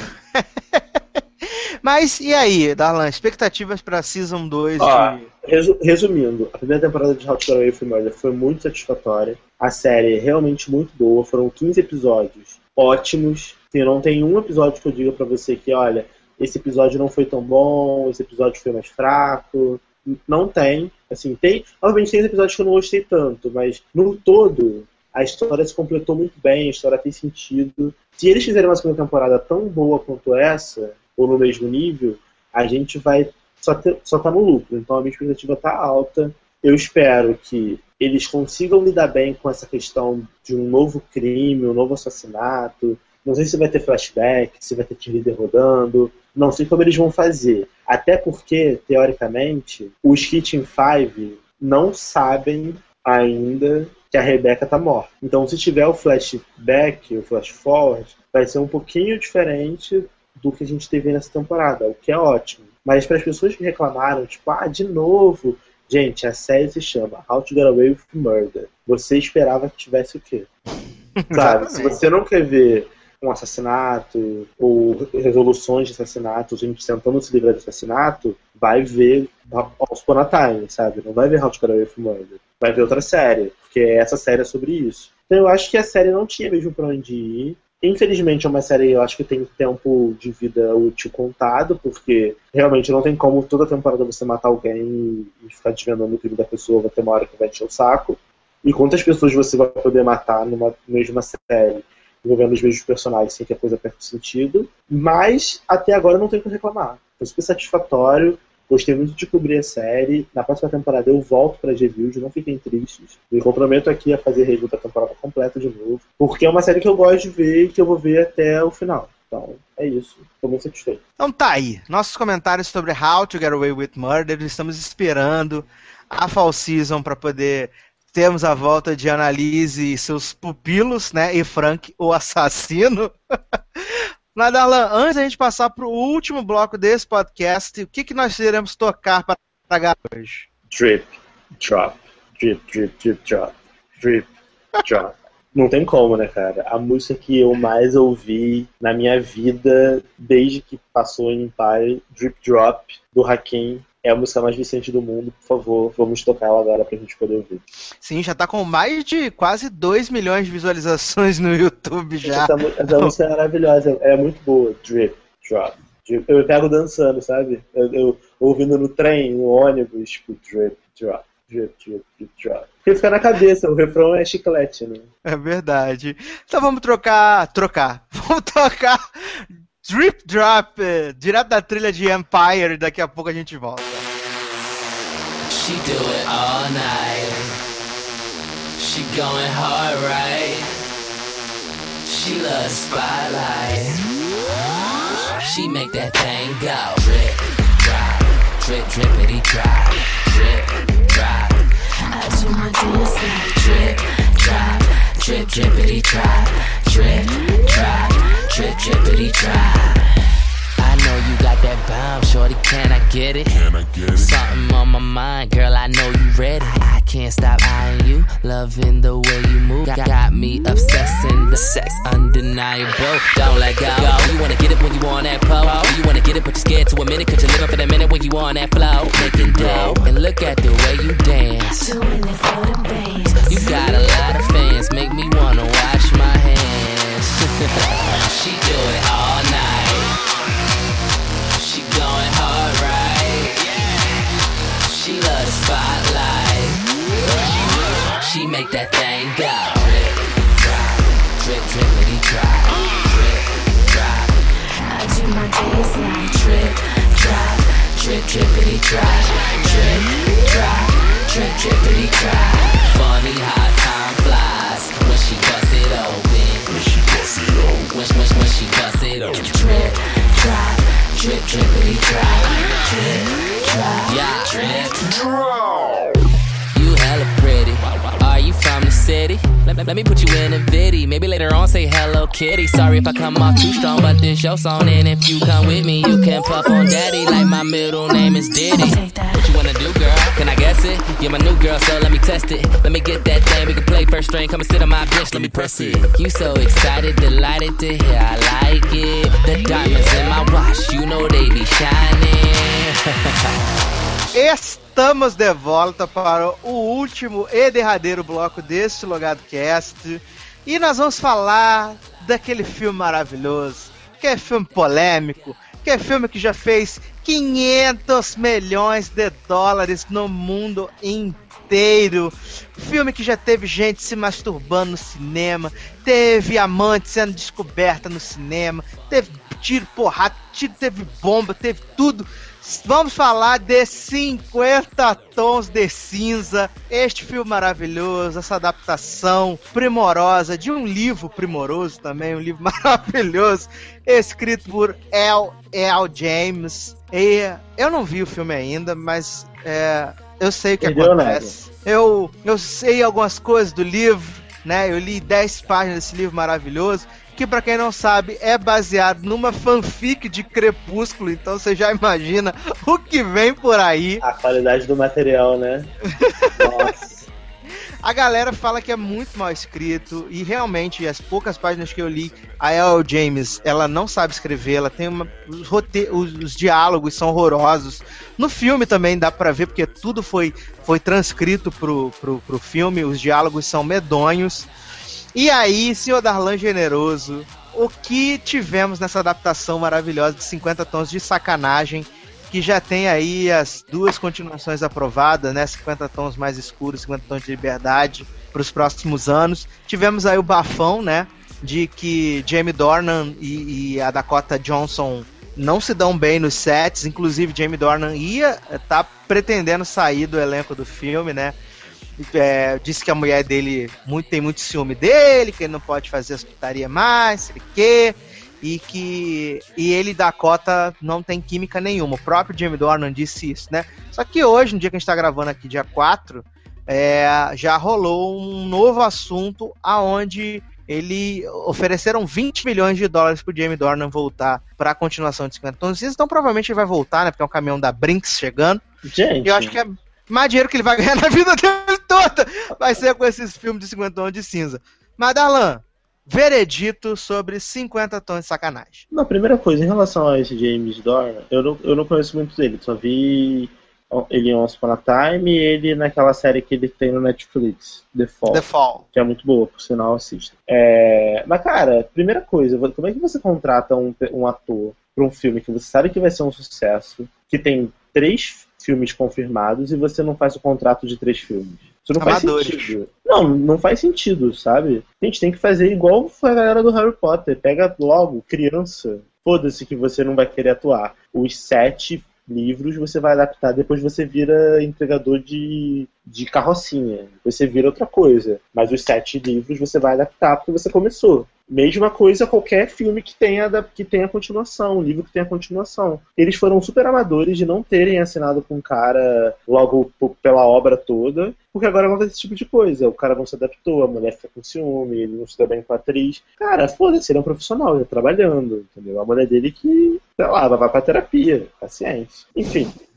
Mas, e aí, Darlan, expectativas pra Season dois Ó, de... resu- resumindo, a primeira temporada de How to Get Away with Murder foi muito satisfatória. A série é realmente muito boa, foram quinze episódios ótimos. Assim, não tem um episódio que eu diga pra você que, olha, esse episódio não foi tão bom, esse episódio foi mais fraco. Não tem. Assim, tem. Obviamente tem episódios que eu não gostei tanto, mas no todo a história se completou muito bem, a história tem sentido. Se eles fizerem uma segunda temporada tão boa quanto essa, ou no mesmo nível, a gente vai só, ter, só tá no lucro. Então a minha expectativa tá alta. Eu espero que eles consigam lidar bem com essa questão de um novo crime, um novo assassinato. Não sei se vai ter flashback, se vai ter cheerleader rodando. Não sei como eles vão fazer. Até porque, teoricamente, os Kitchen Five não sabem ainda que a Rebecca tá morta. Então, se tiver o flashback, o flash forward, vai ser um pouquinho diferente do que a gente teve nessa temporada, o que é ótimo. Mas para as pessoas que reclamaram, tipo, ah, de novo... Gente, a série se chama How to Get Away with Murder. Você esperava que tivesse o quê? Sabe? Se você não quer ver um assassinato ou resoluções de assassinato, gente tentando se livrar de assassinato, vai ver Once Upon a Time, sabe? Não vai ver How to Get Away with Murder. Vai ver outra série, porque essa série é sobre isso. Então eu acho que a série não tinha mesmo pra onde ir. Infelizmente é uma série, eu acho que tem tempo de vida útil contado, porque realmente não tem como toda temporada você matar alguém e ficar desvendando o crime da pessoa, vai ter uma hora que vai encher o saco. E quantas pessoas você vai poder matar numa mesma série, envolvendo os mesmos personagens, sem que a coisa perca sentido. Mas até agora eu não tenho o que reclamar. Foi super satisfatório. Gostei muito de cobrir a série. Na próxima temporada eu volto para as reviews, não fiquem tristes. Me comprometo aqui a fazer review da temporada completa de novo. Porque é uma série que eu gosto de ver e que eu vou ver até o final. Então, é isso. Estou muito satisfeito. Então tá aí. Nossos comentários sobre How to Get Away with Murder. Estamos esperando a Fall Season para poder termos a volta de Annalise e seus pupilos, né? E Frank, o assassino. Mas, Darlan, antes da gente passar para o último bloco desse podcast, o que, que nós iremos tocar para tragar hoje? Drip, drop, drip, drip, drip, drop, drip, drop. Não tem como, né, cara? A música que eu mais ouvi na minha vida, desde que passou em Empire, Drip Drop, do Hakim, é a música mais viciante do mundo. Por favor, vamos tocar ela agora pra gente poder ouvir. Sim, já tá com mais de quase dois milhões de visualizações no YouTube já. Essa, essa música é maravilhosa, é muito boa. Drip, drop, drip. Eu pego dançando, sabe? Eu, eu ouvindo no trem, no ônibus, tipo, drip, drop, drip, drip, drip, drop. Porque fica na cabeça, o refrão é chiclete, né? É verdade. Então vamos trocar, trocar. Vamos tocar Drip Drop, direto da trilha de Empire, e daqui a pouco a gente volta. She do it all night. She going hard, right? She loves spotlight. She make that thing go. Drip, drop, drip, drippity drop. Drip, drop. I do my dance like drip, drop, drip, drippity drop. Drip, drop, drip, drippity drop. I know you got that bomb, shorty, can I get it? Can I get it? Something on my mind, girl, I know you ready. I can't stop eyeing you. Loving the way you move. Got, got me obsessing. The sex undeniable. Don't let go. Yo, you wanna get it when you on that pole. You wanna get it, but you're scared to a minute. Cause you're living for the minute when you on that flow. Making dough. And look at the way you dance. Doing it for the bass. You got a lot of fans. Make me wanna wash my hands. She do it all night. She going hard right. She love the spotlight. She make that thing go. Drip, drop, drip, drippity drop. Drip, drop. I do my days like Drip, drop, drip, drippity drop. Drip, drop, drip, drippity drop. Funny how time flies when she bust it open. When she bust it open. When, when, when she bust it open. Drip, drop, drip, drippity drop. Drip, drop, yeah, drip, drop. You hella pretty. Are you from the city? Let, let, let me put you in a viddy. Maybe later on say hello kitty. Sorry if I come off too strong, but this your song. And if you come with me, you can puff on daddy like my middle name is Diddy. What you wanna do, girl? Can I guess it? You're my new girl, so let me test it. Let me get that thing, we can play first string. Come and sit on my bench, let me press it. You so excited, delighted to hear I like it. The diamonds in my watch, you know they be shining. Estamos de volta para o último e derradeiro bloco deste Logado Cast. E nós vamos falar daquele filme maravilhoso, que é filme polêmico, que é filme que já fez quinhentos milhões de dólares no mundo inteiro. Filme que já teve gente se masturbando no cinema, teve amante sendo descoberta no cinema, teve tiro, porrada, tiro, teve bomba, teve tudo. Vamos falar de cinquenta Tons de Cinza, este filme maravilhoso, essa adaptação primorosa de um livro primoroso também, um livro maravilhoso, escrito por L L James. E eu não vi o filme ainda, mas é, eu sei o que Entendeu, acontece. Eu, eu sei algumas coisas do livro, né? Eu li dez páginas desse livro maravilhoso, que pra quem não sabe é baseado numa fanfic de Crepúsculo, então você já imagina o que vem por aí. A qualidade do material, né? Nossa. A galera fala que é muito mal escrito e realmente as poucas páginas que eu li, a L. James, ela não sabe escrever, ela tem uma, os, rote... os, os diálogos são horrorosos. No filme também dá pra ver porque tudo foi, foi transcrito pro, pro, pro filme, os diálogos são medonhos. E aí, senhor Darlan Generoso, o que tivemos nessa adaptação maravilhosa de cinquenta Tons de Sacanagem, que já tem aí as duas continuações aprovadas, né? cinquenta Tons Mais Escuros, cinquenta Tons de Liberdade, para os próximos anos. Tivemos aí o bafão, né? De que Jamie Dornan e, e a Dakota Johnson não se dão bem nos sets, inclusive Jamie Dornan ia estar tá pretendendo sair do elenco do filme, né? É, disse que a mulher dele muito, tem muito ciúme dele, que ele não pode fazer as putaria mais, sei que, e que e ele e Dakota não tem química nenhuma. O próprio Jamie Dornan disse isso, né? Só que hoje, no dia que a gente tá gravando aqui, dia quatro, é, já rolou um novo assunto aonde ele ofereceram vinte milhões de dólares pro Jamie Dornan voltar pra continuação de cinquenta Tons de Cinza, então provavelmente ele vai voltar, né? Porque é um caminhão da Brinks chegando. Gente, eu acho que é mais dinheiro que ele vai ganhar na vida dele toda vai ser com esses filmes de cinquenta Tons de Cinza. Mas, Darlan, veredito sobre cinquenta Tons de Sacanagem. Não, primeira coisa, em relação a esse James Dornan, eu não, eu não conheço muito dele, só vi ele em Once Upon a Time e ele naquela série que ele tem no Netflix, The Fall, The Fall. Que é muito boa, por sinal, assista. É... Mas, cara, primeira coisa, como é que você contrata um, um ator para um filme que você sabe que vai ser um sucesso, que tem três filmes confirmados e você não faz o contrato de três filmes? Isso não Amadores. faz sentido. Não, não faz sentido, sabe? A gente tem que fazer igual foi a galera do Harry Potter. Pega logo, criança. Foda-se que você não vai querer atuar. Os sete livros você vai adaptar, depois você vira entregador de, de carrocinha. Você vira outra coisa. Mas os sete livros você vai adaptar porque você começou. Mesma coisa qualquer filme que tenha, que tenha continuação, um livro que tenha continuação. Eles foram super amadores de não terem assinado com um cara logo pela obra toda, porque agora acontece esse tipo de coisa. O cara não se adaptou, a mulher fica com ciúme, ele não se dá bem com a atriz. Cara, foda-se, ele é um profissional, ele tá trabalhando, entendeu? A mulher dele que, sei lá, vai pra terapia, paciência. Enfim.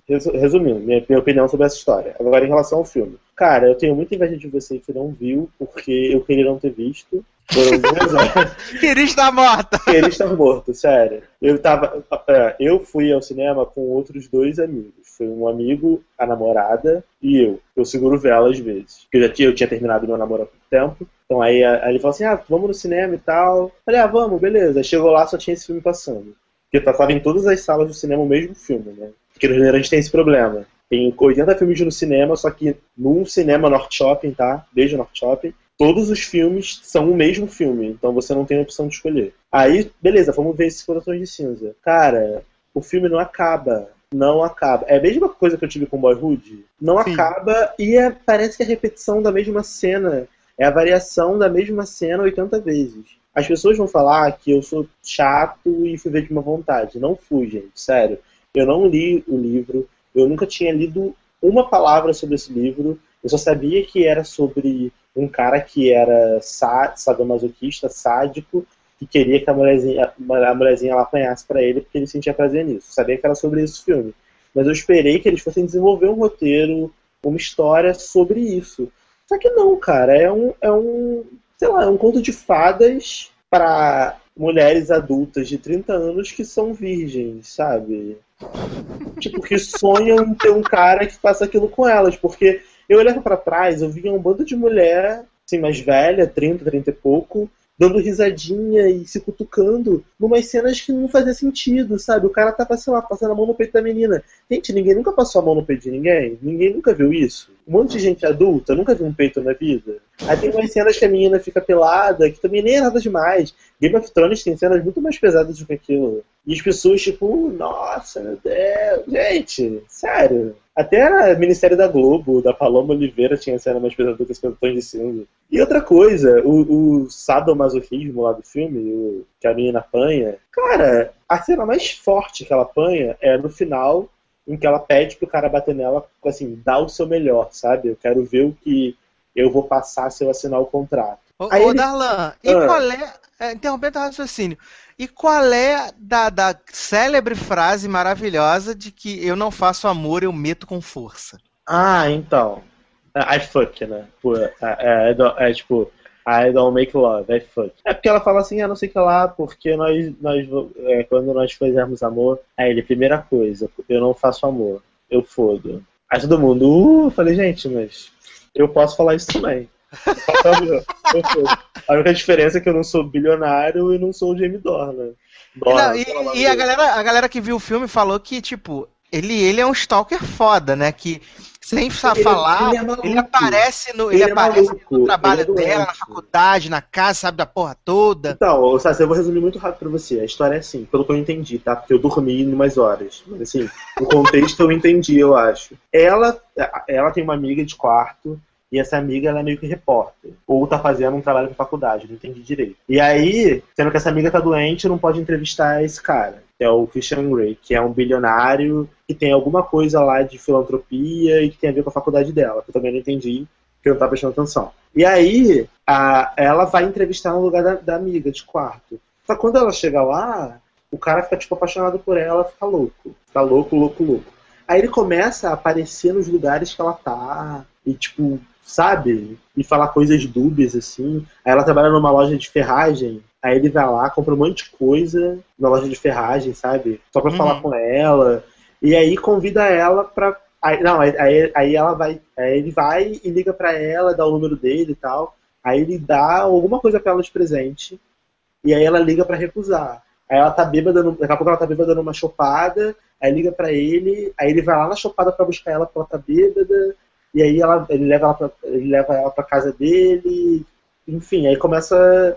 resu- resumindo, minha, minha opinião sobre essa história. Agora, em relação ao filme. Cara, eu tenho muita inveja de você que não viu, porque eu queria não ter visto. Foram duas horas. Queria estar morta. Queria estar morto, sério. Eu tava. é, Eu fui ao cinema com outros dois amigos. Foi um amigo, a namorada e eu. Eu seguro vela às vezes. Porque eu já tinha, eu tinha terminado meu namoro há pouco tempo. Então aí, aí ele falou assim: ah, vamos no cinema e tal. Falei, ah, vamos, beleza. Aí chegou lá, só tinha esse filme passando. Porque passava em todas as salas do cinema o mesmo filme, né? Porque no Rio Grande a gente tem esse problema. Tem oitenta filmes no cinema, só que num cinema Norte Shopping, tá? Beijo Norte Shopping. Todos os filmes são o mesmo filme, então você não tem a opção de escolher. Aí, beleza, vamos ver esses Corações de Cinza. Cara, o filme não acaba. Não acaba. É a mesma coisa que eu tive com Boyhood. Não Sim. acaba e é, parece que é a repetição da mesma cena. É a variação da mesma cena oitenta vezes. As pessoas vão falar que eu sou chato e fui ver de uma vontade. Não fui, gente. Sério. Eu não li o livro. Eu nunca tinha lido uma palavra sobre esse livro. Eu só sabia que era sobre um cara que era sá- sadomasoquista, sádico, que queria que a mulherzinha, a mulherzinha lá apanhasse pra ele porque ele sentia prazer nisso. Eu sabia que era sobre esse filme. Mas eu esperei que eles fossem desenvolver um roteiro, uma história sobre isso. Só que não, cara. É um, é um sei lá, é um conto de fadas para mulheres adultas de trinta anos que são virgens, sabe? Tipo, que sonham em ter um cara que faça aquilo com elas. Porque eu olhava pra trás, eu via um bando de mulher, assim, mais velha, trinta, trinta e pouco, dando risadinha e se cutucando numas cenas que não fazia sentido, sabe? O cara tava, sei lá, passando a mão no peito da menina. Gente, ninguém nunca passou a mão no peito de ninguém. Ninguém nunca viu isso. Um monte de gente adulta nunca viu um peito na vida. Aí tem umas cenas que a menina fica pelada, que também nem é nada demais. Game of Thrones tem cenas muito mais pesadas do que aquilo. E as pessoas, tipo, nossa, meu Deus, gente, sério. Até a Ministério da Globo, da Paloma Oliveira, tinha cena mais pesada do que os Corações de Cinza. E outra coisa, o, o sadomasoquismo lá do filme, o, que a menina apanha, cara, a cena mais forte que ela apanha é no final, em que ela pede pro cara bater nela, assim, dá o seu melhor, sabe? Eu quero ver o que eu vou passar se eu assinar o contrato. Ô, Aí ô ele- Darlan, e Ah. qual é, é, interrompendo o raciocínio, e qual é da, da célebre frase maravilhosa de que eu não faço amor, eu meto com força? Ah, então. I fuck, né? Pô, é, é, é, do- é tipo, I don't make love, I fuck. É porque ela fala assim, ah, não sei o que lá, porque nós, nós é, quando nós fizermos amor, aí ele, primeira coisa, eu não faço amor, eu fodo. Aí todo mundo, uh, eu falei, gente, mas eu posso falar isso também. Eu faço amor, eu fodo. A única diferença é que eu não sou bilionário e não sou o Jamie Dornan. Dornan, Não, e sei lá o nome e a, dele. galera, a galera que viu o filme falou que, tipo, ele, ele é um stalker foda, né? Que sem sa- Ele- falar, ele é ele, maluco. aparece no, ele Ele é aparece maluco, no trabalho ele é dela, doente. na faculdade, na casa, sabe, da porra toda. Então, Sassi, eu vou resumir muito rápido pra você. A história é assim, pelo que eu entendi, tá? Porque eu dormi em umas horas. Mas assim, o contexto eu entendi, eu acho. Ela, ela tem uma amiga de quarto, e essa amiga ela é meio que repórter. Ou tá fazendo um trabalho pra faculdade, não entendi direito. E aí, sendo que essa amiga tá doente, não pode entrevistar esse cara, que é o Christian Grey, que é um bilionário, que tem alguma coisa lá de filantropia e que tem a ver com a faculdade dela, que eu também não entendi, porque eu não tava prestando atenção. E aí, a, ela vai entrevistar no lugar da, da amiga de quarto. Só que quando ela chega lá, o cara fica, tipo, apaixonado por ela, fica louco. Fica louco, louco, louco. Aí ele começa a aparecer nos lugares que ela tá, e tipo, sabe? E falar coisas dúbias, assim. Aí ela trabalha numa loja de ferragem, aí ele vai lá, compra um monte de coisa na loja de ferragem, sabe? Só pra Uhum. falar com ela. E aí convida ela pra... Aí, não, aí, aí, aí ela vai... Aí ele vai e liga pra ela, dá o número dele e tal. Aí ele dá alguma coisa pra ela de presente. E aí ela liga pra recusar. Aí ela tá bêbada, no, daqui a pouco ela tá bêbada numa chopada, aí liga pra ele, aí ele vai lá na chopada pra buscar ela porque ela tá bêbada, e aí ela, ele, leva ela pra, ele leva ela pra casa dele, enfim, aí começa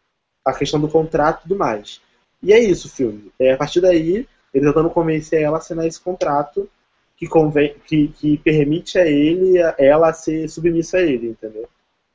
a questão do contrato e tudo mais. E é isso o filme. É, a partir daí, ele tentando convencer ela a assinar esse contrato que, convém, que, que permite a ele, a ela ser submissa a ele, entendeu?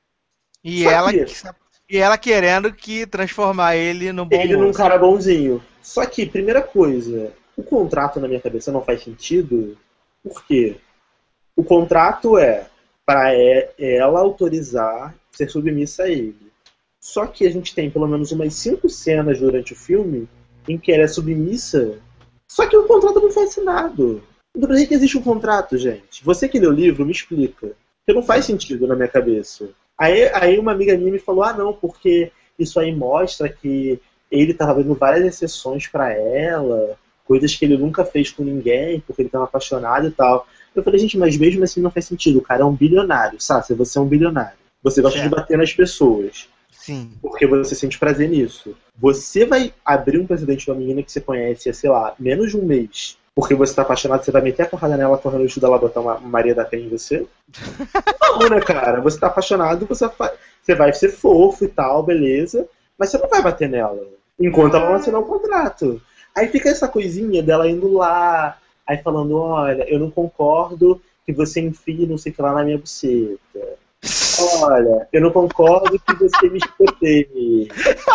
E Só ela, que- e ela querendo que transformar ele no bom Ele num moço. cara bonzinho. Só que, primeira coisa, o contrato na minha cabeça não faz sentido. Por quê? O contrato é para ela autorizar ser submissa a ele. Só que a gente tem pelo menos umas cinco cenas durante o filme em que ela é submissa, só que o contrato não foi assinado. Então por que existe um contrato, gente? Você que leu o livro, me explica. Porque não faz sentido na minha cabeça. Aí, aí uma amiga minha me falou, ah não, porque isso aí mostra que ele estava vendo várias exceções pra ela, coisas que ele nunca fez com ninguém, porque ele estava apaixonado e tal. Eu falei, gente, mas mesmo assim não faz sentido. O cara é um bilionário, sabe? Você é um bilionário. Você gosta Certo. de bater nas pessoas. Sim. Porque você sente prazer nisso. Você vai abrir um precedente de uma menina que você conhece há, sei lá, menos de um mês, porque você tá apaixonado, você vai meter a porrada nela correndo ajudar ela a botar uma Maria da Penha em você? Não, né, cara? Você tá apaixonado, você, fa... você vai ser fofo e tal, beleza, mas você não vai bater nela enquanto ela não assinar o contrato. Aí fica essa coisinha dela indo lá, aí falando, olha, eu não concordo que você enfie não sei o que lá na minha buceta. Olha, eu não concordo que você me escoteie.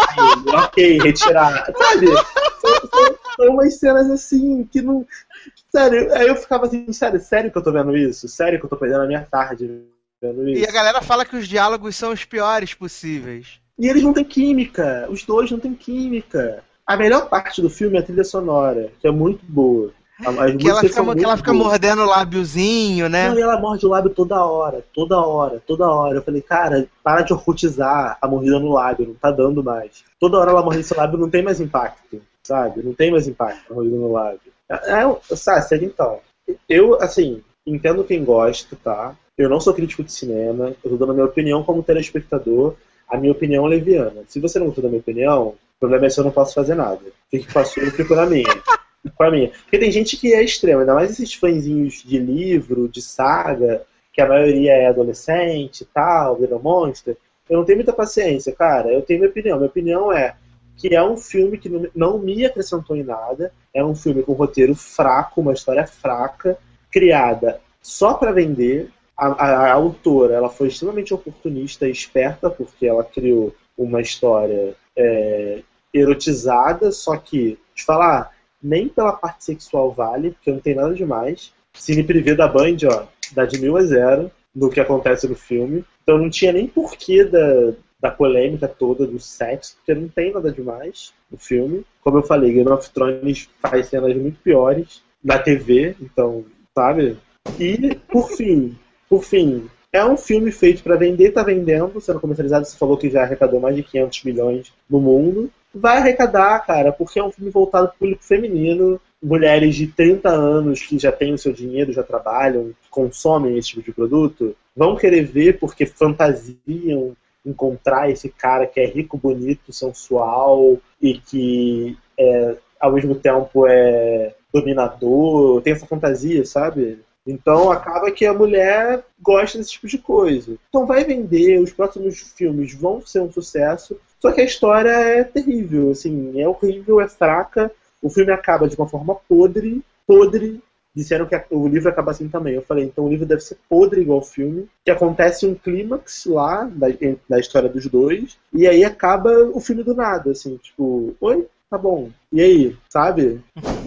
Ok, retirar. Sabe? São, são, são umas cenas assim que não. Sério, aí eu ficava assim, sério, sério que eu tô vendo isso? Sério que eu tô perdendo a minha tarde vendo isso? E a galera fala que os diálogos são os piores possíveis. E eles não têm química. Os dois não têm química. A melhor parte do filme é a trilha sonora, que é muito boa. As Que ela músicas fica, são que muito ela fica boas. mordendo o lábiozinho, né? Não, e ela morde o lábio toda hora, toda hora, toda hora. Eu falei, cara, para de orcutizar a mordida no lábio, não tá dando mais. Toda hora ela morde esse lábio, não tem mais impacto, sabe? Não tem mais impacto a mordida no lábio. É, é, sabe, então, eu, assim, entendo quem gosta, tá? Eu não sou crítico de cinema, eu tô dando a minha opinião como telespectador, a minha opinião é leviana. Se você não gostou da minha opinião, o problema é se eu não posso fazer nada. Fique com a sua, eu fico na minha. Pra mim. Porque tem gente que é extrema, ainda mais esses fãzinhos de livro, de saga, que a maioria é adolescente e tal, vira monstro. Eu não tenho muita paciência, cara. Eu tenho minha opinião. Minha opinião é que é um filme que não me acrescentou em nada. É um filme com um roteiro fraco, uma história fraca, criada só pra vender. A, a, a autora, ela foi extremamente oportunista e esperta, porque ela criou uma história é, erotizada, só que, te falar, nem pela parte sexual vale, porque não tem nada demais. Cine privê da Band, ó, dá de mil a zero no que acontece no filme. Então não tinha nem porquê da, da polêmica toda do sexo, porque não tem nada demais no filme. Como eu falei, Game of Thrones faz cenas muito piores na T V, então, sabe? E, por fim, por fim, é um filme feito pra vender, tá vendendo, sendo comercializado, você falou que já arrecadou mais de quinhentos milhões no mundo. Vai arrecadar, cara, porque é um filme voltado para o público feminino, mulheres de trinta anos que já têm o seu dinheiro, já trabalham, consomem esse tipo de produto, vão querer ver porque fantasiam encontrar esse cara que é rico, bonito, sensual e que é, ao mesmo tempo é dominador, tem essa fantasia, sabe? Então acaba que a mulher gosta desse tipo de coisa. Então vai vender, os próximos filmes vão ser um sucesso, só que a história é terrível, assim, é horrível, é fraca. O filme acaba de uma forma podre, podre. Disseram que o livro acaba assim também. Eu falei, então o livro deve ser podre igual o filme, que acontece um clímax lá da, da história dos dois, e aí acaba o filme do nada, assim, tipo, oi, tá bom, e aí, sabe?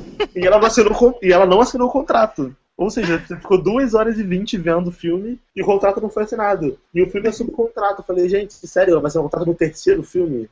E ela não assinou, e ela não assinou o contrato. Ou seja, você ficou duas horas e vinte vendo o filme e o contrato não foi assinado. E o filme é sob contrato. Eu falei, gente, sério, vai ser um contrato no terceiro filme?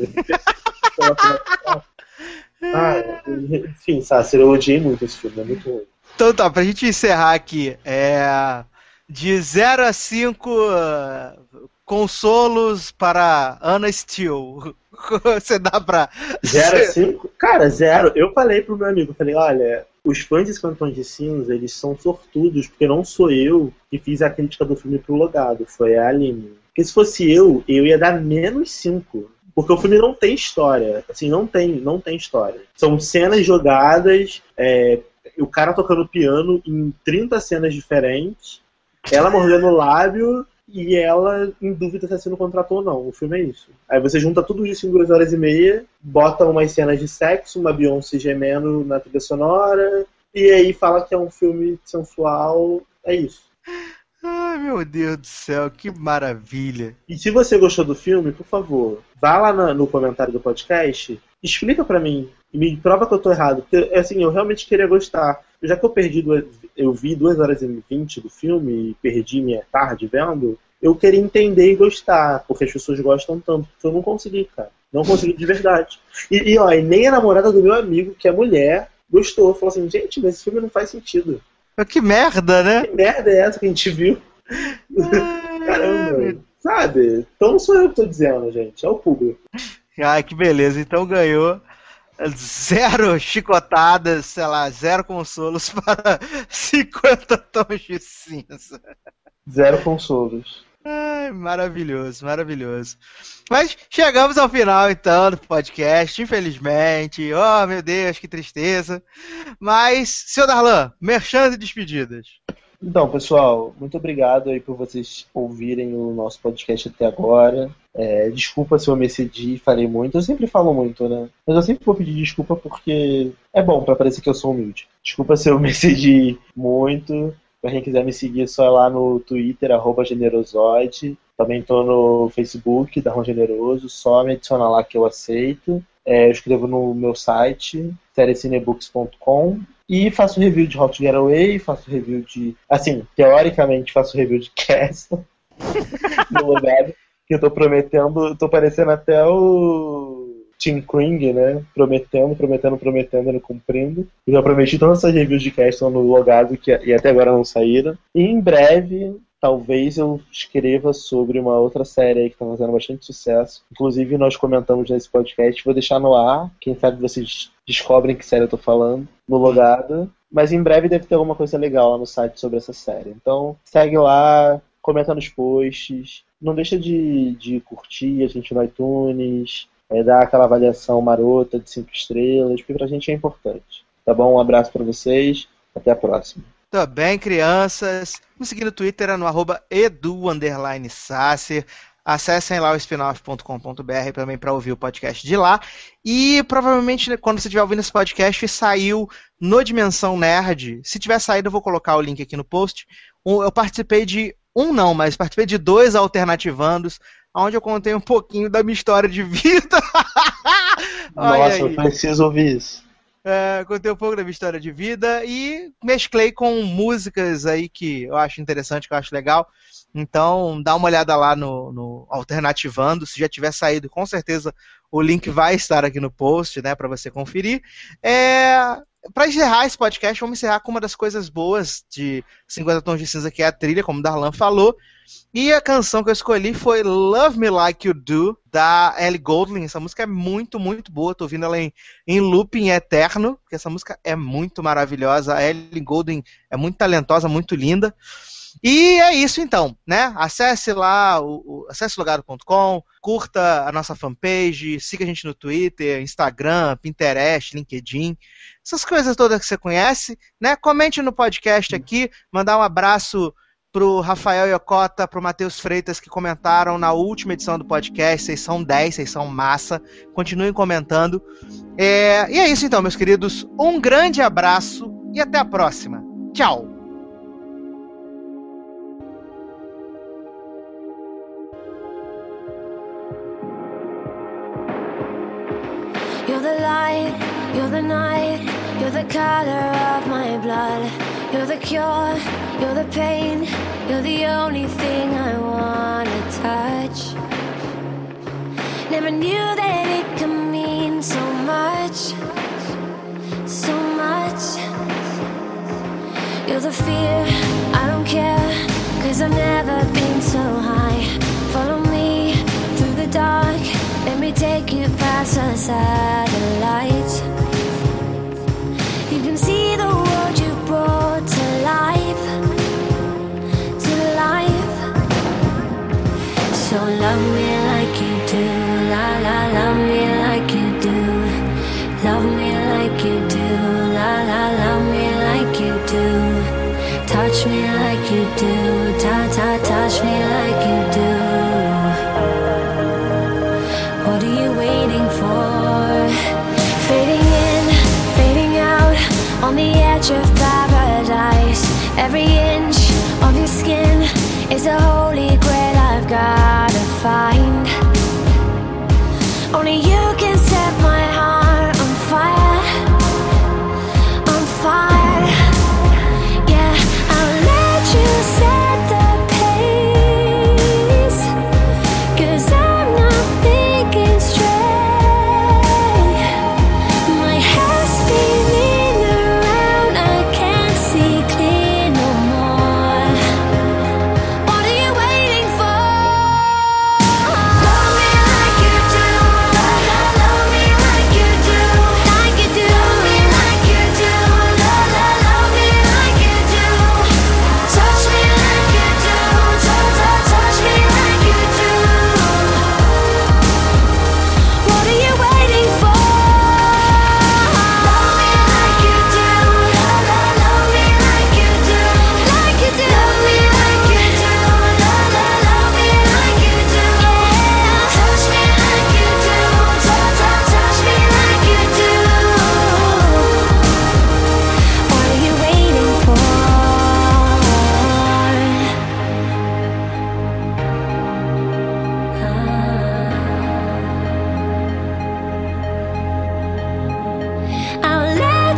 Ah, enfim, sabe, eu odiei muito esse filme, é muito ruim. Então tá, pra gente encerrar aqui, é... de zero a cinco uh, consolos para Ana Steele. Você dá pra... zero a cinco? Cara, zero. Eu falei pro meu amigo, eu falei, olha, os fãs de Cantões de Cinza, eles são sortudos, porque não sou eu que fiz a crítica do filme pro Logado, foi a Aline. Porque se fosse eu, eu ia dar menos cinco. Porque o filme não tem história. Assim, não tem, não tem história. São cenas jogadas, é, o cara tocando piano em trinta cenas diferentes, ela mordendo o lábio e ela em dúvida se assina o contrato ou não. O filme é isso. Aí você junta tudo isso em duas horas e meia, bota umas cenas de sexo, uma Beyoncé gemendo na trilha sonora, e aí fala que é um filme sensual. É isso. Ai, meu Deus do céu, que maravilha. E se você gostou do filme, por favor, vá lá na, no comentário do podcast, explica pra mim, e me prova que eu tô errado. Porque, assim, eu realmente queria gostar. Já que eu perdi duas, eu vi duas horas e vinte do filme e perdi minha tarde vendo, eu queria entender e gostar, porque as pessoas gostam tanto. Porque eu não consegui, cara. Não consegui de verdade. E, e, ó, e nem a namorada do meu amigo, que é mulher, gostou. Falou assim, gente, mas esse filme não faz sentido. Que merda, né? Que merda é essa que a gente viu? Caramba, sabe? Então não sou eu que tô dizendo, gente, é o público. Ai, que beleza. Então ganhou zero chicotadas, sei lá, zero consolos para cinquenta tons de cinza. Zero consolos. Ai, maravilhoso, maravilhoso. Mas chegamos ao final, então, do podcast, infelizmente. Oh, meu Deus, que tristeza. Mas, senhor Darlan, merchan e despedidas. Então, pessoal, muito obrigado aí por vocês ouvirem o nosso podcast até agora. É, desculpa se eu me excedi e falei muito. Eu sempre falo muito, né? Mas eu sempre vou pedir desculpa porque é bom pra parecer que eu sou humilde. Desculpa se eu me excedi muito. Pra quem quiser me seguir, é só lá no Twitter, arroba generosoide. Também tô no Facebook, Darlan Generoso. Só me adiciona lá que eu aceito. É, eu escrevo no meu site, sericinebooks ponto com. E faço review de How to Get Away, faço review de... Assim, teoricamente faço review de Castle. No lugar que eu tô prometendo... Tô parecendo até o Tim Kring, né? Prometendo, prometendo, prometendo e não cumprindo. Eu já prometi todas essas reviews de Castle no Logado que, e até agora não saíram. E em breve... Talvez eu escreva sobre uma outra série aí que está fazendo bastante sucesso. Inclusive, nós comentamos nesse podcast. Vou deixar no ar. Quem sabe vocês descobrem que série eu tô falando. No Logado. Mas em breve deve ter alguma coisa legal lá no site sobre essa série. Então, segue lá. Comenta nos posts. Não deixa de, de curtir a gente no iTunes. É, dar aquela avaliação marota de cinco estrelas. Porque pra gente é importante. Tá bom? Um abraço pra vocês. Até a próxima. Tudo bem, crianças? Me seguir no Twitter é no arroba edu underline sacer. Acessem lá o spinoff ponto com ponto br também para ouvir o podcast de lá. E provavelmente quando você estiver ouvindo esse podcast saiu no Dimensão Nerd. Se tiver saído eu vou colocar o link aqui no post. Eu participei de um não, mas participei de dois alternativandos, onde eu contei um pouquinho da minha história de vida. Nossa, eu preciso ouvir isso. É, contei um pouco da minha história de vida e mesclei com músicas aí que eu acho interessante, que eu acho legal. Então, dá uma olhada lá no, no Alternativando. Se já tiver saído, com certeza o link vai estar aqui no post, né, para você conferir. É, para encerrar esse podcast, vamos encerrar com uma das coisas boas de cinquenta Tons de Cinza, que é a trilha, como o Darlan falou. E a canção que eu escolhi foi Love Me Like You Do, da Ellie Goulding. Essa música é muito, muito boa. Tô ouvindo ela em, em looping eterno, porque essa música é muito maravilhosa. A Ellie Goulding é muito talentosa, muito linda. E é isso então, né? Acesse lá, o, o, acesse logado ponto com, curta a nossa fanpage, siga a gente no Twitter, Instagram, Pinterest, LinkedIn, essas coisas todas que você conhece, né? Comente no podcast aqui, mandar um abraço pro Rafael Yokota, pro Matheus Freitas, que comentaram na última edição do podcast. Vocês são dez, vocês são massa. Continuem comentando. É... E é isso então, meus queridos. Um grande abraço e até a próxima. Tchau! You're the light, you're the night, you're the color of my blood. You're the cure, you're the pain, you're the only thing I wanna touch. Never knew that it could mean so much, so much. You're the fear, I don't care, cause I've never been so high. Follow me through the dark, let me take you past the satellites. You can see the world you brought to life, to life. So love me like you do, la la, love me like you do. Love me like you do, la la, love me like you do. Touch me like you do, ta ta, touch me like you do. What are you waiting for? Fading in, fading out, on the edge of paradise. Every inch of your skin is a holy grail I've gotta find. Only you can set my heart on fire, on fire. Yeah, I'll let you set the pace.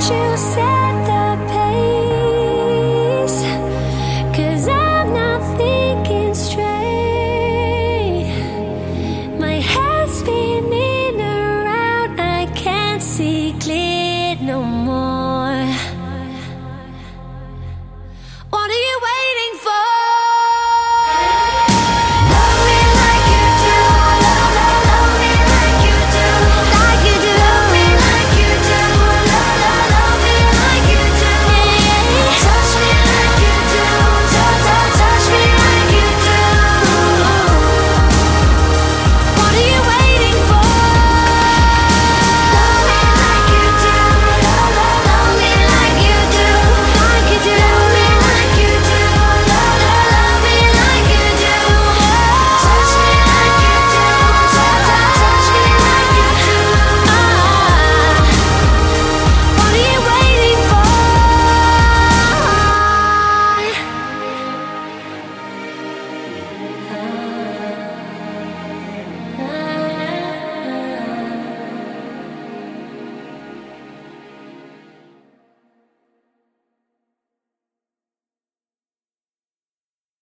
you set the pace, 'cause I'm not thinking straight. My head's spinning around, I can't see clear no more.